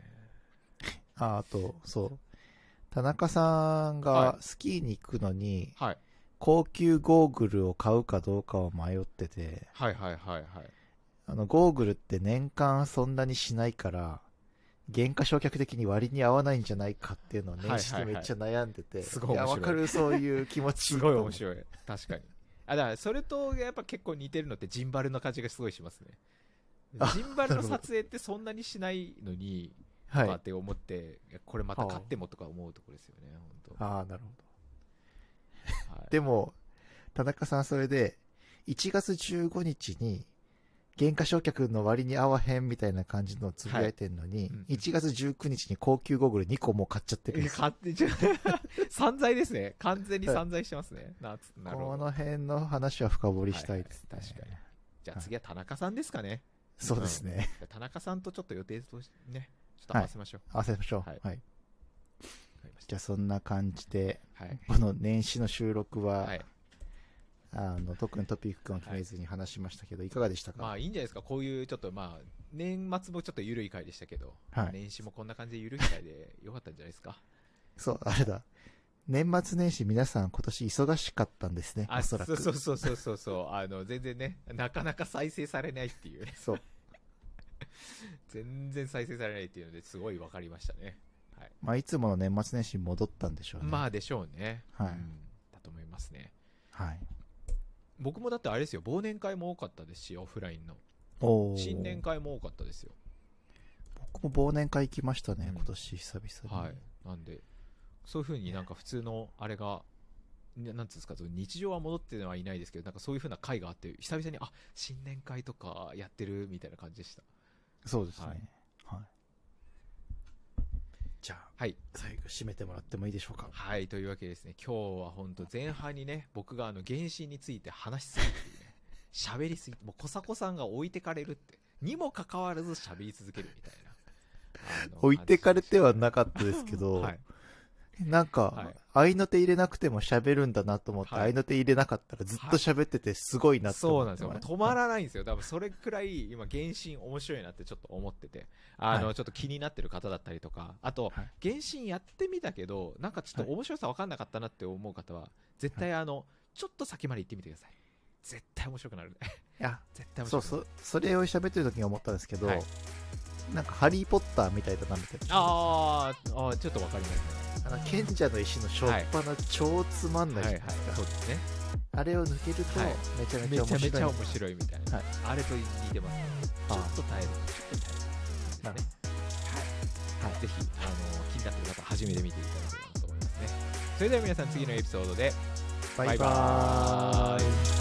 あ、あと、そう。田中さんがスキーに行くのに、はい、 高級ゴーグルを買うかどうかを迷ってて、 はいはいはいはい。 あの、ゴーグルって年間そんなにしないから、原価償却的に割に合わないんじゃないかっていうのを年始でめっちゃ悩んでて、 すごい面白い。 いや、わかる、そういう気持ち。 すごい面白い。確かに。あ、だからそれとやっぱ結構似てるのってジンバルの感じがすごいしますね。ジンバルの撮影ってそんなにしないのに、はい、って思って、これまた買ってもとか思うところですよね、本当。 ああ、なるほど。はい、でも、田中さんそれで、いちがつじゅうごにちに、原価償却の割に合わへんみたいな感じのつぶやいてんのに、はいうん、いちがつじゅうくにちに高級ゴーグルにこも買っちゃってるんですよ。 買ってちゃ散財ですね。完全に散財してますね。 ななるほど。この辺の話は深掘りしたいです、ね。 はいはい、確かに。じゃあ次は田中さんですかね。はい、 そうですね、 うん。田中さんとちょっと予定としてね、ちょっと合わせましょう。 はい、合わせましょう。はい。はい、じゃあそんな感じで、はい、この年始の収録は、はいあの特にトピックを決めずに話しましたけど、はい、いかがでしたか。 まあいいんじゃないですか。こういうちょっとまあ年末もちょっと緩い回でしたけど、はい、年始もこんな感じで緩い回でよかったんじゃないですか。 そうあれだ。年末年始皆さん今年忙しかったんですね。おそらく。 そうそうそうそうそうあの全然ねなかなか再生されないっていうね。そう。全然再生されないっていうのですごい分かりましたね。はい。 まあいつもの年末年始に戻ったんでしょうね。 まあでしょうね。 はい。うん、 だと思いますね。 はい。 僕もだってあれですよ、忘年会も多かったですし、オフラインの新年会も多かったですよ。 僕も忘年会行きましたね、うん、今年久々 に。はい。なんでそういう風になんか普通のあれがなんていうんですか、日常は戻ってはいないですけど、なんかそういう風な会があって久々にあ新年会とかやってるみたいな感じでした。 そうですね。はい。はい、じゃあ、はい、最後締めてもらってもいいでしょうか。 はい、というわけでですね、今日は本当前半にね、僕があの原神について話しすぎてね、喋りすぎて、もう小迫さんが置いてかれるってにもかかわらず喋り続けるみたいな。 置いてかれてはなかったですけど、はい、なんか、合いの手入れなくても喋るんだなと思って、合いの手入れなかったらずっと喋っててすごいなって思って、はい、 そうなんですよ。止まらないんですよ。多分それくらい今原神面白いなってちょっと思ってて、あの、はい、ちょっと気になってる方だったりとか、あと、はい、原神やってみたけど、なんかちょっと面白さ分かんなかったなって思う方は、絶対あの、ちょっと先まで行ってみてください。絶対面白くなるね。 いや、絶対面白くなる。そうそう、それを喋ってる時に思ったんですけど、はい、なんかハリーポッターみたいだなみたいな。 あーあー、ちょっと分かりますね。 あの賢者の石のしょっぱな超つまんないじゃないですか、はいはい、 そうですね。 あれを抜けるとめちゃめちゃ面白い、はい、めちゃめちゃ面白いみたいな、はい、あれと似てます、ね、ちょっと耐えるちょっと耐えるなんですね。はい、はい、ぜひあの気になってる方初めて見ていただければと思いますね。それでは皆さん次のエピソードでバイバーイ。